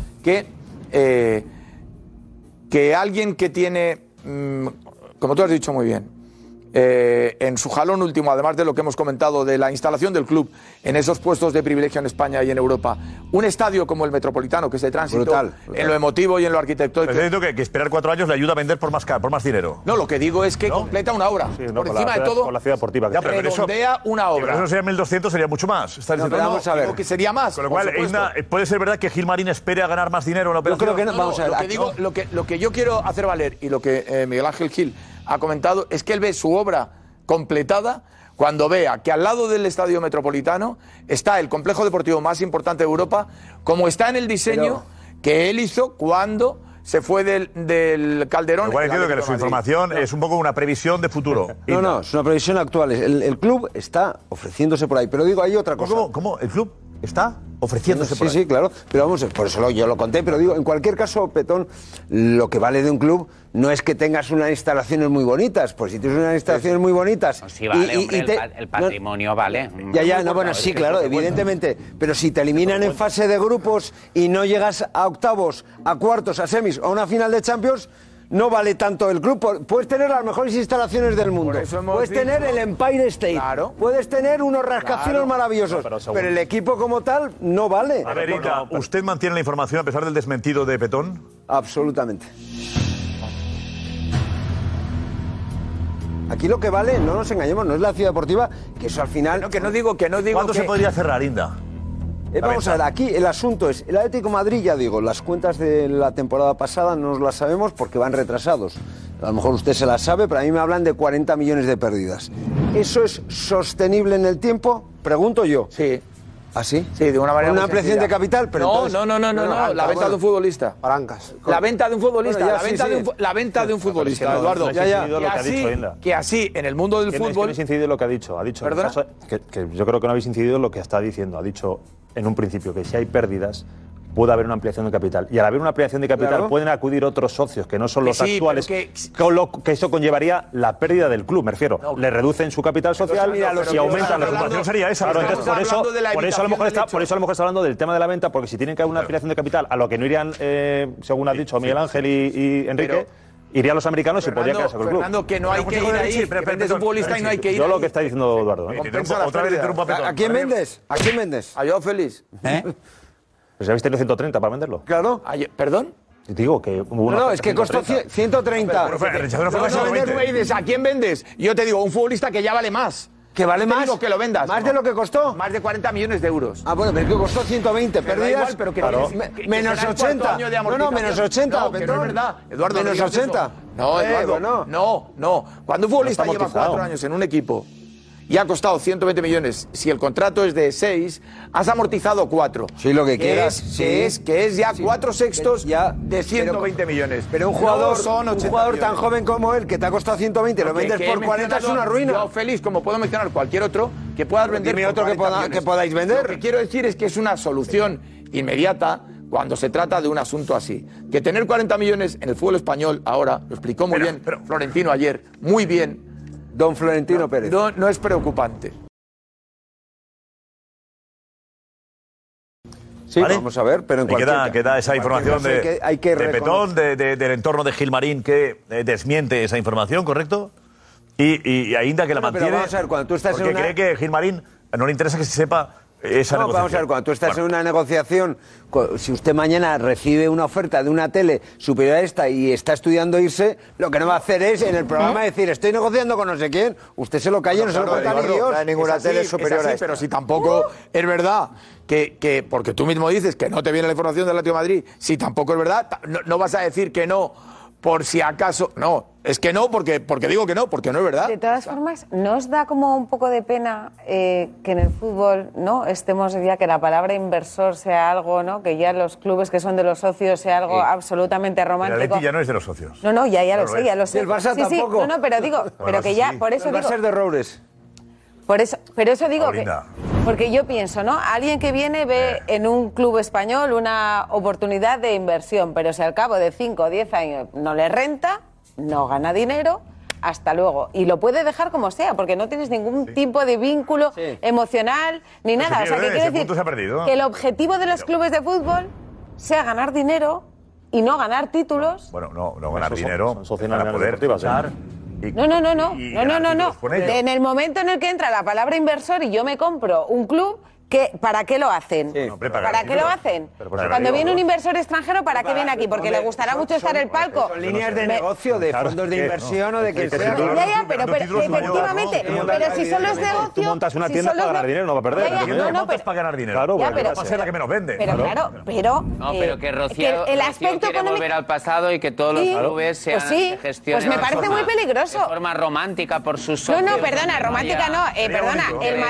que alguien que tiene, como tú has dicho muy bien, en su jalón último, además de lo que hemos comentado de la instalación del club en esos puestos de privilegio en España y en Europa, un estadio como el Metropolitano, que es de tránsito, Brutal. en lo emotivo y en lo arquitectónico. Pero es que esperar 4 años le ayuda a vender por más dinero. No, lo que digo es que completa una obra. Sí, no, por con encima la de todo, con la ciudad deportiva. Ya, pero redondea una obra. Pero eso sería 1.200, sería mucho más. Vamos a ver. Que sería más. Con lo cual, puede ser verdad que Gilmarín espere a ganar más dinero en la operación. Yo creo que no, vamos a ver. Lo que digo, lo que yo quiero hacer valer y lo que Miguel Ángel Gil ha comentado es que él ve su obra completada cuando vea que al lado del Estadio Metropolitano está el complejo deportivo más importante de Europa, como está en el diseño que él hizo cuando se fue del Calderón. Igual entiendo que su información es un poco una previsión de futuro. No, es una previsión actual. El club está ofreciéndose por ahí. Pero digo, hay otra cosa. ¿Cómo? ¿El club está ofreciéndose por ahí? Sí, claro. Pero vamos, por eso yo lo conté. Pero digo, en cualquier caso, Petón, lo que vale de un club no es que tengas unas instalaciones muy bonitas. Pues si tienes unas instalaciones muy bonitas... Sí, vale, hombre, el patrimonio vale. Bueno, sí, claro, evidentemente. Pero si te eliminan en fase de grupos y no llegas a octavos, a cuartos, a semis o a una final de Champions... No vale tanto el club. Puedes tener las mejores instalaciones del mundo. Puedes tener el Empire State. Claro. Puedes tener unos rascacielos maravillosos. Pero el equipo como tal no vale. A ver, Ita, ¿usted mantiene la información a pesar del desmentido de Petón? Absolutamente. Aquí lo que vale, no nos engañemos, no es la ciudad deportiva, que eso al final... Que no digo ¿Cuándo se podría cerrar, Inda? Vamos a ver, aquí el asunto es, el Atlético de Madrid, ya digo, las cuentas de la temporada pasada no nos las sabemos porque van retrasados. A lo mejor usted se las sabe, pero a mí me hablan de 40 millones de pérdidas. ¿Eso es sostenible en el tiempo? Pregunto yo. Sí. ¿Ah, sí? Sí, de una manera ¿Una muy ampliación sencilla. de capital? Pero no, entonces... la venta de un futbolista. Palancas. La venta de un futbolista, Bueno, la venta de un futbolista, no, Eduardo. no ha incidido lo que ha dicho Inda. Que así, en el mundo del Es que no fútbol... habéis incidido en lo que ha dicho. Ha dicho en el ¿Perdona? caso que yo creo que no habéis incidido en lo que está diciendo. Ha dicho en un principio que si hay pérdidas puede haber una ampliación de capital. Y al haber una ampliación de capital Claro. pueden acudir otros socios que no son los sí, actuales, pero con lo que eso conllevaría la pérdida del club, me refiero. Le reducen su capital social y aumentan la ocupación. Sería esa. Claro, entonces, por eso a lo mejor está está hablando del tema de la venta, porque si tienen que haber una ampliación de capital, a lo que no irían, según has dicho Miguel Ángel y Enrique, irían los americanos y podría quedarse con el club. Fernando, que no hay que ir ahí, que vendes un futbolista y no hay que ir Yo ahí. lo que está diciendo Eduardo. Otra vez interrumpo a Petón. ¿A quién vendes? ¿A quién vendes? A Joao Félix. Pues habéis tenido 130 para venderlo. Claro. ¿Perdón? Digo que hubo una No, es que costó 130. Tú me dices, ¿a quién vendes? Yo te digo, un futbolista que ya vale más. ¿Que vale Te más? digo que lo vendas. ¿Más de lo que costó? Más de 40 millones de euros. Ah, bueno, pero es que costó 120. Me da Pérdidas. igual, pero que Claro. tienes- que Menos será el cuarto 80. año de No, amortización. menos 80. No, que no es Petón. verdad. Eduardo, no Menos digas 80. eso. No, Eduardo, Eduardo, no. Cuando un futbolista No está lleva amortizado. 4 años en un equipo y ha costado 120 millones, si el contrato es de 6, has amortizado 4. Sí, lo que quieras. Que es ya 4 sextos de 120 millones. Pero un No jugador, son 80 tan millones. joven como él, que te ha costado 120, lo vendes por 40, es una ruina. Yo feliz, como puedo mencionar cualquier otro, que puedas vender dime por otro que 40 poda- millones. que podáis vender. Lo que quiero decir es que es una solución inmediata cuando se trata de un asunto así. Que tener 40 millones en el fútbol español ahora, lo explicó muy bien Florentino ayer, muy bien. Don Florentino Pérez. No es preocupante. Sí, vamos a ver, pero en Y cualquier queda esa en cualquier información caso hay que de Petón, reconocer- del entorno de Gilmarín, que desmiente esa información, ¿correcto? Y ainda que la Bueno, pero mantiene. vamos a ver, cuando tú estás en porque una- cree que Gilmarín no le interesa que se sepa esa No, negociación. vamos a ver, cuando tú estás en una negociación, si usted mañana recibe una oferta de una tele superior a esta y está estudiando irse, lo que no va a hacer es en el programa decir, estoy negociando con no sé quién, usted se lo calla, no se lo cuenta ni Dios. Es así, pero si tampoco es verdad que porque tú mismo dices que no te viene la información del Atlético de Madrid, si tampoco es verdad, no vas a decir que no por si acaso. No, es que no porque digo que no, porque no es verdad. De todas formas, ¿no os da como un poco de pena que en el fútbol no estemos ya que la palabra inversor sea algo, ¿no? Que ya los clubes que son de los socios sea algo absolutamente El romántico? Atleti ya no es de los socios. No, ya No lo lo sé, es. ya lo sé. Y el Barça sí, tampoco. No, pero digo, pero que ya, sí. por eso El digo, Barça es de Roures. pero eso digo que, Aurinda. porque yo pienso, ¿no? Alguien que viene ve en un club español una oportunidad de inversión, pero si al cabo de 5 o 10 años no le renta, no gana dinero, hasta luego. Y lo puede dejar como sea, porque no tienes ningún tipo de vínculo emocional ni No se nada. O sea, pierde, que quiere ese punto se ha decir perdido. que el objetivo de los clubes de fútbol sea ganar dinero y no ganar títulos. Bueno, no ganar Eso son- dinero son sociedades para poder deportivas, ¿eh? fichar No. En el momento en el que entra la palabra inversor y yo me compro un club, ¿para qué lo hacen? ¿Para qué lo hacen? Cuando viene un inversor extranjero, ¿para qué viene aquí? Porque le gustará mucho estar el palco. Son líneas de negocio, de fondos de inversión o de quien sea. Ya, pero efectivamente, pero si solo es negocio... Tú montas una tienda para ganar dinero, no para perder. montas para ganar dinero. Claro, para ser la que menos vende. Pero claro, pero... No, pero que Rocío el aspecto quiere económico... volver al pasado y que todos los clubes sean gestionen pues me parece muy peligroso. de forma romántica por sus socios. No, perdona, romántica no. Perdona,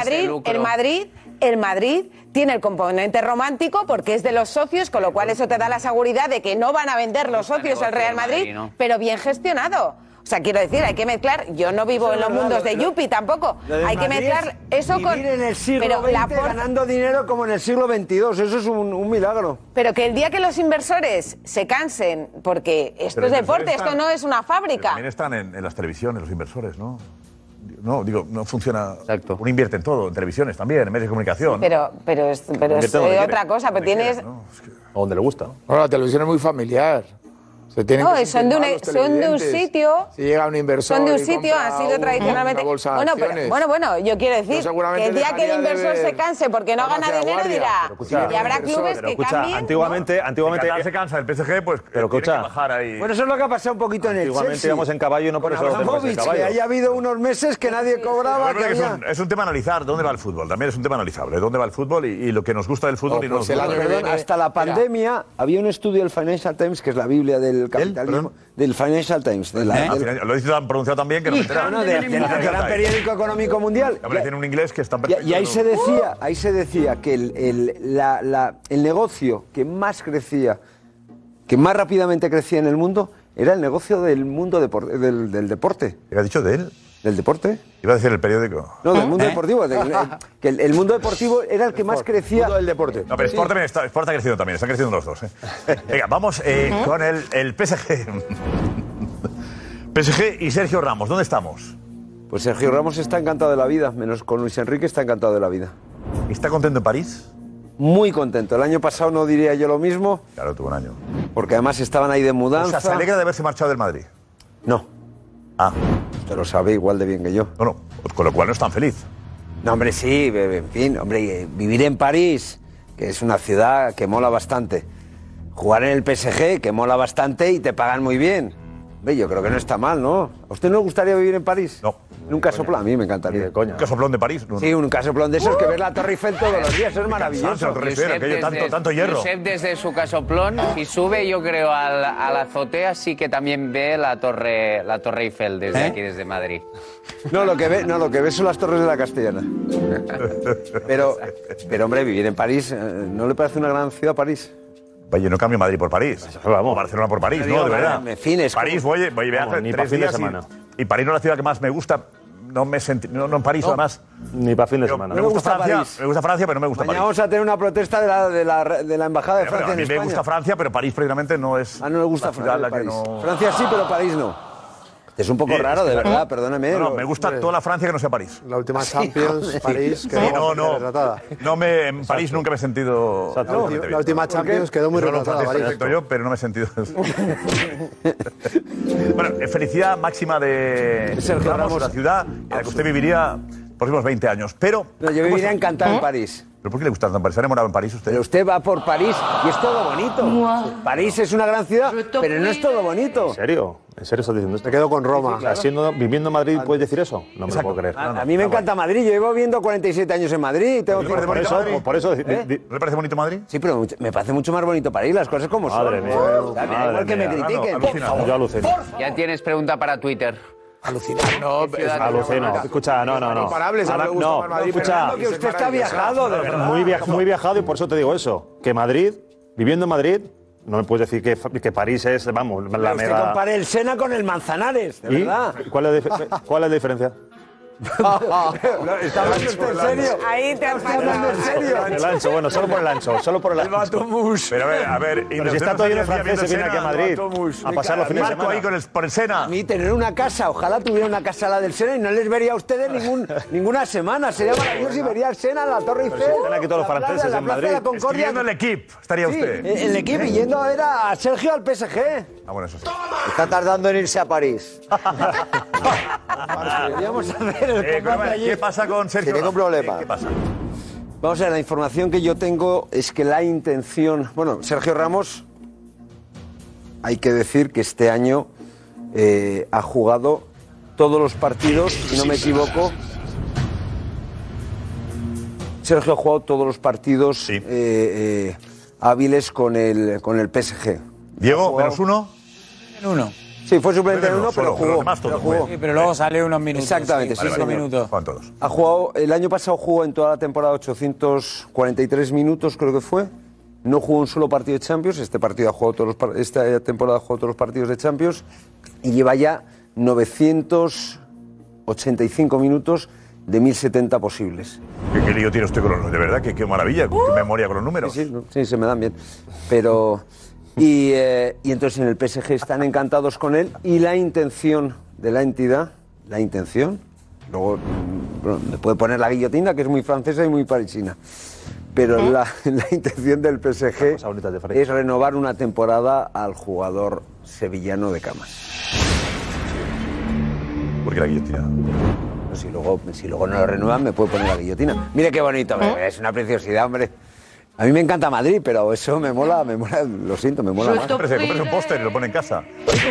el Madrid tiene el componente romántico porque es de los socios, con lo cual eso te da la seguridad de que no van a vender los socios al Real Madrid, pero bien gestionado. O sea, quiero decir, hay que mezclar. Yo no vivo en los mundos de Yupi tampoco. Hay que mezclar eso con. Vivir en el siglo XX ganando dinero como en el siglo XXII. Eso es un milagro. Pero que el día que los inversores se cansen, porque esto es deporte, esto no es una fábrica. También están en las televisiones los inversores, ¿no? No, digo, no funciona. Exacto. Uno invierte en todo, en televisiones también, en medios de comunicación. Pero es otra cosa, pero tienes... A donde le gusta. Bueno, la televisión es muy familiar. Se tienen que son de un sitio. Si llega un inversor. Son de un sitio, ha sido tradicionalmente. Bueno, yo quiero decir que el día que el inversor se canse porque no gana dinero dirá. Y habrá clubes que cambien. Antiguamente se cansa el PSG, pues tiene que bajar ahí. Bueno, eso es lo que ha pasado un poquito en el Chelsea. Antiguamente íbamos en caballo y no por eso Abramovich, que haya habido unos meses que nadie cobraba. Es un tema analizar dónde va el fútbol. También es un tema analizable. ¿Dónde va el fútbol y lo que nos gusta del fútbol y no nos gusta? Hasta la pandemia había un estudio del Financial Times, que es la Biblia del capitalismo. Del Financial Times. Lo he dicho tan pronunciado también que no me enteraba. Del gran periódico económico mundial. Aparece en un inglés que está perfecto. Y ahí se decía que el negocio que más crecía, que más rápidamente crecía en el mundo, era el negocio del mundo del deporte. ¿Qué ha dicho de él? ¿Del deporte? Iba a decir el periódico. No, del mundo deportivo. Que el mundo deportivo era el que más crecía. El mundo del deporte. No, pero Sport ha crecido también. Están creciendo los dos. Venga, vamos con el PSG. PSG y Sergio Ramos. ¿Dónde estamos? Pues Sergio Ramos está encantado de la vida, menos con Luis Enrique está encantado de la vida. ¿Está contento en París? Muy contento. El año pasado no diría yo lo mismo. Claro, tuvo un año. Porque además estaban ahí de mudanza. O sea, ¿se alegra de haberse marchado del Madrid? No. Ah. Usted lo sabe igual de bien que yo. No, con lo cual no es tan feliz. No, hombre, sí, en fin, hombre, vivir en París, que es una ciudad que mola bastante. Jugar en el PSG, que mola bastante y te pagan muy bien. Hombre, yo creo que no está mal, ¿no? ¿A usted no le gustaría vivir en París? No. Un casoplón, a mí me encantaría. ¿Un casoplón de París? No. Sí, un casoplón de esos que ves la Torre Eiffel todos los días, es maravilloso. Tanto hierro. Josep desde su casoplón, si sube yo creo a la azotea, sí que también ve la Torre Eiffel desde aquí, desde Madrid. No, lo que ve son las torres de la Castellana. Pero hombre, vivir en París, ¿no le parece una gran ciudad París? Yo no cambio Madrid por París. O Barcelona por París, no, de verdad. En fin, es París, voy a viajar 3 días y París no es la ciudad que más me gusta. No en París, además. Ni para fin de semana. Me gusta Francia, pero no me gusta París. Vamos a tener una protesta de la Embajada de Francia en España. A mí me gusta Francia, pero París precisamente no es... no le gusta París. Francia sí, pero París no. Es un poco raro, de verdad, perdóneme. No, me gusta toda la Francia que no sea París. La última Champions, París, quedó retratada. En París nunca me he sentido... La última Champions quedó muy retratada. Pero no me he sentido... Bueno, felicidad máxima de Sergio Ramos, la ciudad en la que usted viviría los próximos 20 años. Pero yo viviría encantado en París. ¿Pero por qué le gusta tanto París? ¿Se ha enamorado en París usted? Pero usted va por París y es todo bonito. París es una gran ciudad, pero no es todo bonito. ¿En serio? ¿En serio estás diciendo esto? Me quedo con Roma. O sea, viviendo en Madrid, ¿puedes decir eso? No me lo puedo creer. A mí me encanta Madrid. Yo llevo viendo 47 años en Madrid. Por eso, ¿no le parece bonito Madrid? Sí, pero me parece mucho más bonito París, las cosas como son. Madre mía. Igual que me critiquen. Yo alucino. Ya tienes pregunta para Twitter. Alucinar, alucino. Escucha, no. Comparables, no, escucha. Que usted está viajado, de verdad. Muy viajado y por eso te digo eso. Que Madrid, viviendo en Madrid, no me puedes decir que París es, vamos, la mega... Usted compare el Sena con el Manzanares, de verdad. ¿Cuál es la diferencia? ¿Está hablando usted en serio? Ahí te has hablando en serio? El ancho, bueno, solo por el ancho, solo por el ancho. Pero a ver, Pero si está todo lleno de franceses, viene aquí a Madrid a pasar los fines de semana. ahí por el Sena. A mí tener una casa, ojalá tuviera una casa la del Sena y no les vería a ustedes ninguna semana. Sería maravilloso y vería el Sena, la Torre Eiffel. Están aquí todos los franceses en Madrid. Escribiendo el equipo, estaría usted. El equipo y yendo a ver a Sergio al PSG. Ah, bueno, eso sí. Está tardando en irse a París. Deberíamos hacer el combate allí. ¿Qué pasa con Sergio? Sin ningún problema. ¿Qué pasa? Vamos a ver, la información que yo tengo es que la intención... Bueno, Sergio Ramos, hay que decir que este año ha jugado todos los partidos, si no me equivoco. Sergio ha jugado todos los partidos hábiles con el PSG. Diego, -1. En uno. Sí, fue suplente en uno, pero jugó. Sí, pero luego sale unos minutos. Exactamente, sí, 5 minutos. Ha jugado, el año pasado jugó en toda la temporada 843 minutos, creo que fue. No jugó un solo partido de Champions. Esta temporada ha jugado todos los partidos de Champions. Y lleva ya 985 minutos de 1070 posibles. ¿Qué lío tiene usted con los números? De verdad, qué maravilla, qué memoria con los números. Sí, se me dan bien. Pero... Y entonces en el PSG están encantados con él y la intención de la entidad, luego me puede poner la guillotina, que es muy francesa y muy parisina, pero la intención del PSG es renovar una temporada al jugador sevillano de Camas. ¿Por qué la guillotina? Si luego no lo renuevan, me puede poner la guillotina. Mire qué bonito, es una preciosidad, hombre. A mí me encanta Madrid, pero eso me mola, lo siento, me mola más. Compres un póster y lo pone en casa.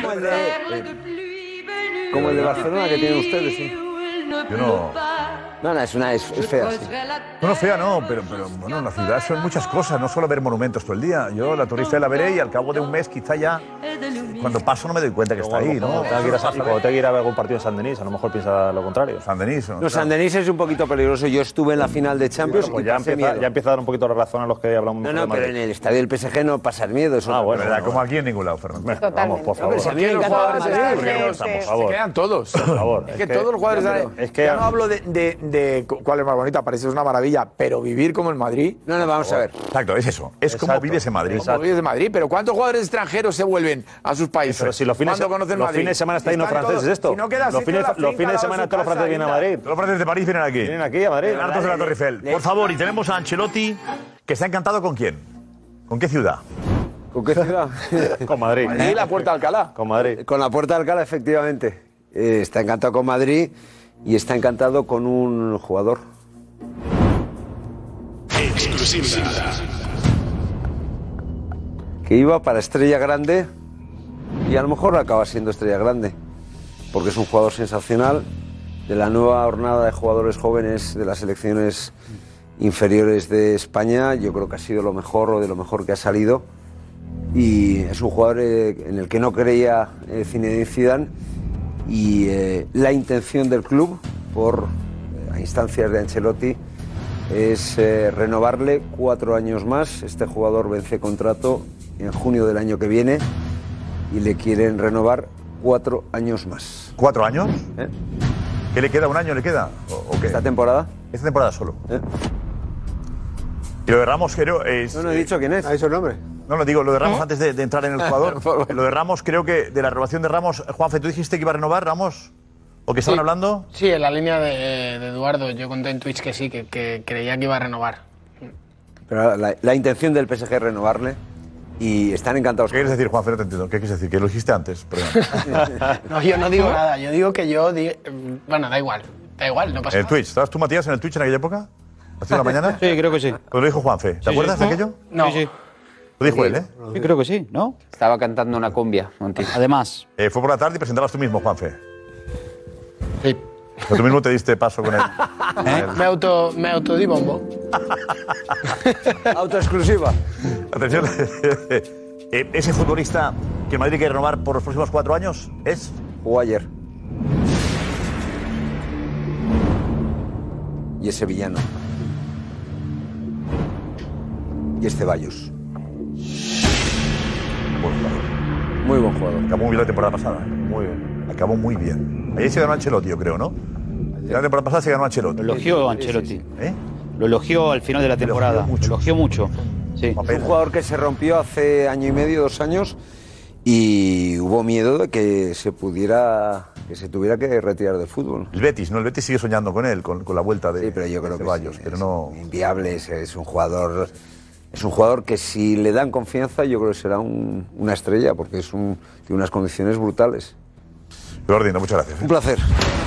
Como el de Barcelona que tienen ustedes, sí. Yo no... No, es fea, sí. No, fea no, pero bueno, en la ciudad son muchas cosas, no solo ver monumentos todo el día. Yo la Torre Eiffel la veré y al cabo de un mes quizá ya, cuando paso no me doy cuenta que está ahí, ¿no? Cuando tengo que ir a ver algún partido en Saint-Denis, a lo mejor piensa lo contrario. Saint-Denis, ¿no? No, Saint-Denis es un poquito peligroso. Yo estuve en la final de Champions pues ya empieza a dar un poquito de razón a los que hablamos. No, pero en el estadio del PSG no pasas miedo. Eso bueno, verdad, como aquí en ningún lado, Fernando. Vamos, por favor. A mí me encanta. Se quedan todos. Por favor. Es que todos los jugadores... Ya no hablo de cuál es más bonita, parece una maravilla, pero vivir como en Madrid... No, vamos a ver. Exacto, es eso. Es como vives en Madrid. Como vives en Madrid, pero ¿cuántos jugadores extranjeros se vuelven a sus países? Pero si los fines de semana está lleno de franceses esto. Los fines de semana todos los franceses vienen a Madrid. Todos los franceses de París vienen aquí. Vienen aquí a Madrid. Hartos de la Torre Eiffel. Por favor, y tenemos a Ancelotti, que está encantado ¿con quién? ¿Con qué ciudad? ¿Con qué ciudad? Con Madrid. ¿Y la Puerta de Alcalá? Con Madrid. Con la Puerta de Alcalá, efectivamente. Está encantado con Madrid y está encantado con un jugador. Exclusividad. Que iba para estrella grande y a lo mejor acaba siendo estrella grande, porque es un jugador sensacional de la nueva hornada de jugadores jóvenes de las selecciones inferiores de España. Yo creo que ha sido lo mejor o de lo mejor que ha salido y es un jugador en el que no creía Zinedine Zidane y la intención del club a instancias de Ancelotti es renovarle 4 años más. Este jugador vence contrato en junio del año que viene y le quieren renovar 4 años más. ¿4 años? ¿Qué le queda? ¿Un año le queda? ¿O qué? ¿Esta temporada? Esta temporada solo. Y lo de Ramos, creo, es... No he dicho quién es. ¿Ha dicho el nombre? No, lo digo, lo de Ramos antes de entrar en el jugador. Lo de Ramos, creo que de la renovación de Ramos... Juanfe, ¿tú dijiste que iba a renovar Ramos? ¿O que estaban hablando? Sí, en la línea de Eduardo. Yo conté en Twitch que sí, que creía que iba a renovar. Pero la intención del PSG es renovarle y están encantados. ¿Qué quieres decir, Juanfe? No te entiendo. ¿Qué quieres decir? Que lo dijiste antes. No, yo no digo nada. Yo digo que bueno, da igual. Da igual, no pasa nada. ¿En el Twitch? ¿Estabas tú, Matías, en el Twitch en aquella época? ¿Hace una mañana? Sí, creo que sí. Pues lo dijo Juanfe. ¿Te acuerdas de aquello? No. Sí, sí. Lo dijo él, ¿eh? Sí, creo que sí, ¿no? Estaba cantando una cumbia. Además. Fue por la tarde y presentabas tú mismo, Juanfe. Sí. Pero tú mismo te diste paso con él. Me autodí bombo. Autoexclusiva. Atención. Ese futbolista que Madrid quiere renovar por los próximos 4 años es... Jugó ayer. Y es sevillano. Y es Ceballos. Muy buen jugador. Acabó muy bien la temporada pasada. Muy bien. Acabó muy bien. Ayer se ganó Ancelotti, yo creo, ¿no? La temporada pasada se ganó Ancelotti. Lo elogió Ancelotti. Lo elogió al final de la temporada. Lo elogió mucho. Sí. Es un jugador que se rompió hace año y medio, 2 años, y hubo miedo de que se tuviera que retirar del fútbol. El Betis, ¿no? El Betis sigue soñando con él, con la vuelta de, sí, pero yo creo Ceballos, que pero no... inviable, es un jugador que si le dan confianza yo creo que será una estrella, porque tiene unas condiciones brutales. Gordino, muchas gracias. Un placer.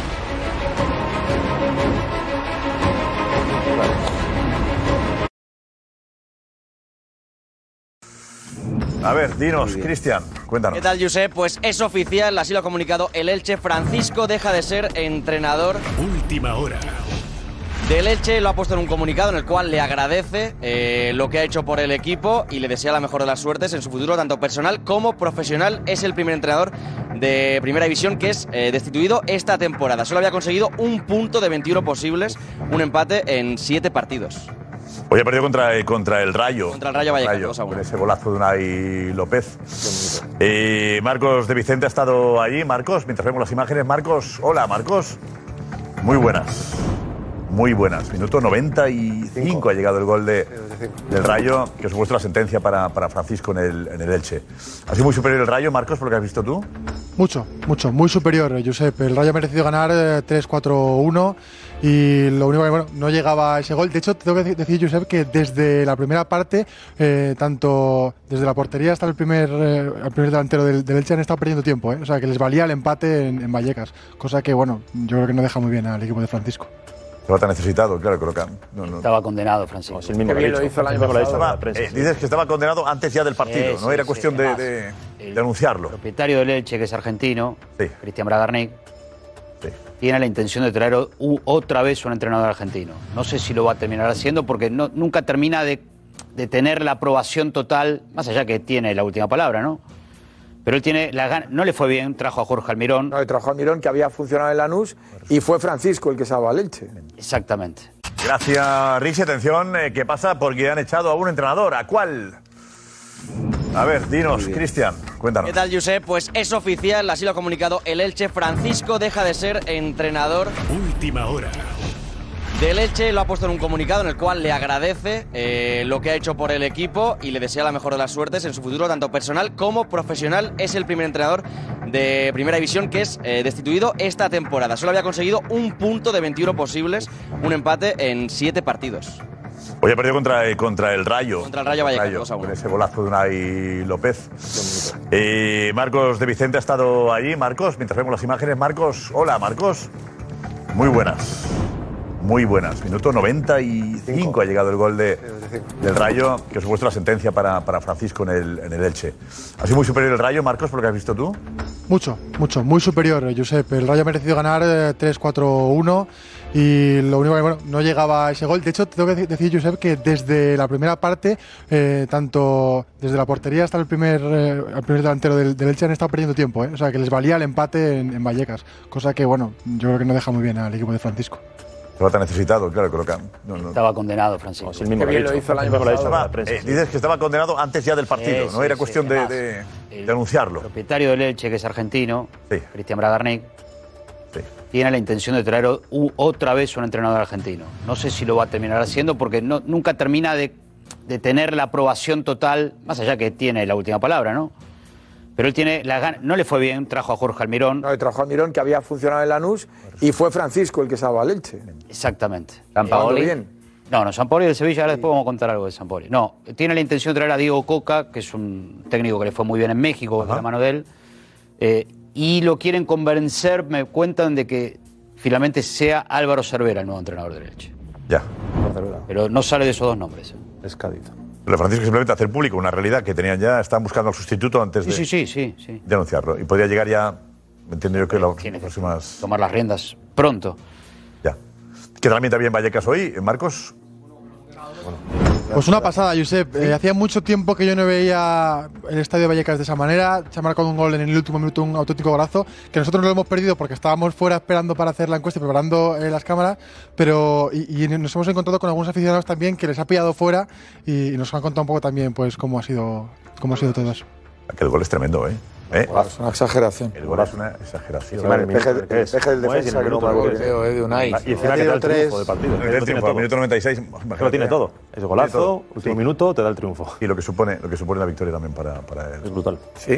A ver, dinos, Cristian, cuéntanos. ¿Qué tal, Josep? Pues es oficial, así lo ha comunicado el Elche. Francisco deja de ser entrenador. Última hora. Del Elche lo ha puesto en un comunicado en el cual le agradece lo que ha hecho por el equipo y le desea la mejor de las suertes en su futuro, tanto personal como profesional. Es el primer entrenador de Primera División que es destituido esta temporada. Solo había conseguido un punto de 21 posibles, un empate en 7 partidos. Hoy ha perdido contra el Rayo. Contra el Rayo Vallecano, 2-1. Con ese golazo de Unai López. Marcos de Vicente ha estado allí. Marcos, mientras vemos las imágenes. Marcos, hola, Marcos. Muy buenas. Muy buenas. Minuto 95 ha llegado el gol del Rayo, que ha supuesto la sentencia para Francisco en el Elche. ¿Ha sido muy superior el Rayo, Marcos, por lo que has visto tú? Mucho, muy superior, Josep. El Rayo ha merecido ganar 3-4-1 y lo único que no llegaba a ese gol. De hecho, tengo que decir, Josep, que desde la primera parte, tanto desde la portería hasta el primer delantero del Elche han estado perdiendo tiempo. O sea, que les valía el empate en Vallecas, cosa que, bueno, yo creo que no deja muy bien al equipo de Francisco. Estaba tan necesitado, claro, creo que no. Estaba condenado, Francisco. Qué bien lo hizo el año pasado. Dices que estaba condenado antes ya del partido, no era cuestión de anunciarlo. El propietario del Elche, que es argentino, Cristian Bragarnik, tiene la intención de traer otra vez un entrenador argentino. No sé si lo va a terminar haciendo porque nunca termina de tener la aprobación total, más allá que tiene la última palabra, ¿no? Pero él tiene la gana, no le fue bien, trajo a Jorge Almirón. No, trajo a Almirón, que había funcionado en Lanús, y fue Francisco el que salvó al Elche. Exactamente. Gracias, Rixi. Atención, ¿qué pasa? Porque han echado a un entrenador. ¿A cuál? A ver, dinos, Cristian, cuéntanos. ¿Qué tal, Josep? Pues es oficial, así lo ha comunicado el Elche. Francisco deja de ser entrenador. Última hora. Del Elche lo ha puesto en un comunicado en el cual le agradece lo que ha hecho por el equipo y le desea la mejor de las suertes en su futuro, tanto personal como profesional. Es el primer entrenador de Primera División que es destituido esta temporada. Solo había conseguido un punto de 21 posibles, un empate en 7 partidos. Hoy ha perdido contra el Rayo. Contra el Rayo Vallecano, 2-1. Con ese golazo de Unai López. Marcos de Vicente ha estado allí. Marcos, mientras vemos las imágenes. Marcos, hola, Marcos. Muy buenas. Muy buenas. Minuto 95 ha llegado el gol del Rayo, que ha supuesto la sentencia para Francisco en el Elche. ¿Ha sido muy superior el Rayo, Marcos, por lo que has visto tú? Mucho, muy superior, Josep. El Rayo ha merecido ganar 3-4-1 y lo único que no llegaba a ese gol. De hecho, tengo que decir, Josep, que desde la primera parte, tanto desde la portería hasta el primer delantero del Elche han estado perdiendo tiempo. O sea, que les valía el empate en Vallecas, cosa que, bueno, yo creo que no deja muy bien al equipo de Francisco. Estaba tan necesitado, claro, creo que Estaba condenado, Francisco. Qué bien lo hizo el año pasado. Dices que estaba condenado antes ya del partido, no era cuestión de anunciarlo. El propietario del Elche, que es argentino, Cristian Bragarnik, tiene la intención de traer otra vez un entrenador argentino. No sé si lo va a terminar haciendo porque nunca termina de tener la aprobación total, más allá que tiene la última palabra, ¿no? Pero él tiene la gana, no le fue bien, trajo a Jorge Almirón. No, trajo a Almirón, que había funcionado en Lanús, y fue Francisco el que salvó al Elche. Exactamente. ¿Sampaoli? No, Sampaoli del Sevilla, ahora después vamos a contar algo de Sampaoli. No, tiene la intención de traer a Diego Coca, que es un técnico que le fue muy bien en México, de la mano de él, y lo quieren convencer, me cuentan, de que finalmente sea Álvaro Cervera el nuevo entrenador del Elche. Ya. Pero no sale de esos dos nombres. Es Cádiz. Pero Francisco simplemente hacer público una realidad que tenían ya, estaban buscando al sustituto antes de anunciarlo. Y podría llegar ya, entiendo yo, que las próximas... Tomar las riendas pronto. Ya. ¿Qué también en Vallecas hoy, Marcos? Pues una pasada, Josep. Hacía mucho tiempo que yo no veía el estadio de Vallecas de esa manera. Se ha marcado un gol en el último minuto, un auténtico golazo, que nosotros no lo hemos perdido porque estábamos fuera esperando para hacer la encuesta y preparando las cámaras, pero y nos hemos encontrado con algunos aficionados también que les ha pillado fuera y nos han contado un poco también pues cómo ha sido todo eso. Aquel gol es tremendo, ¿eh? Es una exageración. El gol es una exageración. El peje del defensa que no marcó. De Unai. Y encima que te da el triunfo del partido. El triunfo, al minuto 96. Lo tiene todo. Es golazo, último minuto, te da el triunfo. Y lo que supone la victoria también para él. Es brutal. Sí.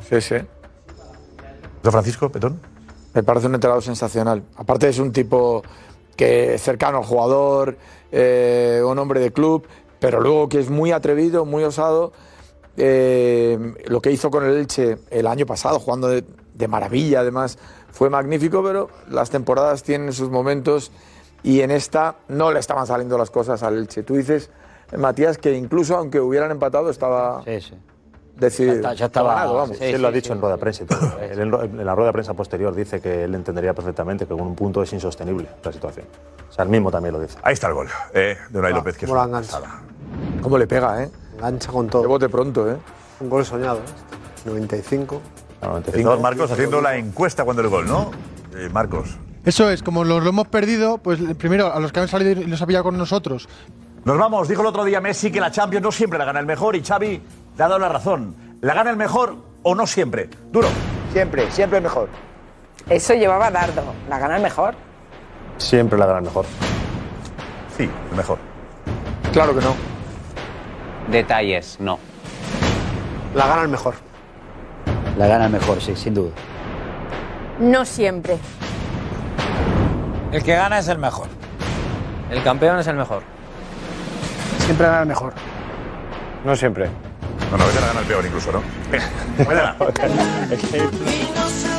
Francisco, Petón. Me parece un entrenador sensacional. Aparte es un tipo que es cercano al jugador, un hombre de club, pero luego que es muy atrevido, muy osado. Lo que hizo con el Elche el año pasado, jugando de maravilla, además, fue magnífico, pero las temporadas tienen sus momentos y en esta no le estaban saliendo las cosas al Elche. Tú dices, Matías, que incluso aunque hubieran empatado estaba decidido. Ya estaba ganado, vamos. Sí, él lo ha dicho en rueda de prensa y todo. Él en la rueda de prensa posterior dice que él entendería perfectamente que con un punto es insostenible la situación. O sea, él mismo también lo dice. Ahí está el gol de Unai López, que es una pasada. ¿Cómo le pega, Engancha con todo. De bote pronto, Un gol soñado, 95. Estamos, Marcos, haciendo la encuesta cuando el gol, ¿no? Marcos. Eso es, como lo hemos perdido, pues primero a los que han salido y los ha pillado con nosotros. Nos vamos, dijo el otro día Messi que la Champions no siempre la gana el mejor y Xavi le ha dado la razón. ¿La gana el mejor o no siempre? Duro. Siempre el mejor. Eso llevaba Dardo. ¿La gana el mejor? Siempre la gana el mejor. Sí, el mejor. Claro que no. Detalles, no. La gana el mejor. La gana el mejor, sí, sin duda. No siempre. El que gana es el mejor. El campeón es el mejor. Siempre gana el mejor. No siempre. No, a veces la gana el peor incluso, ¿no? Venga,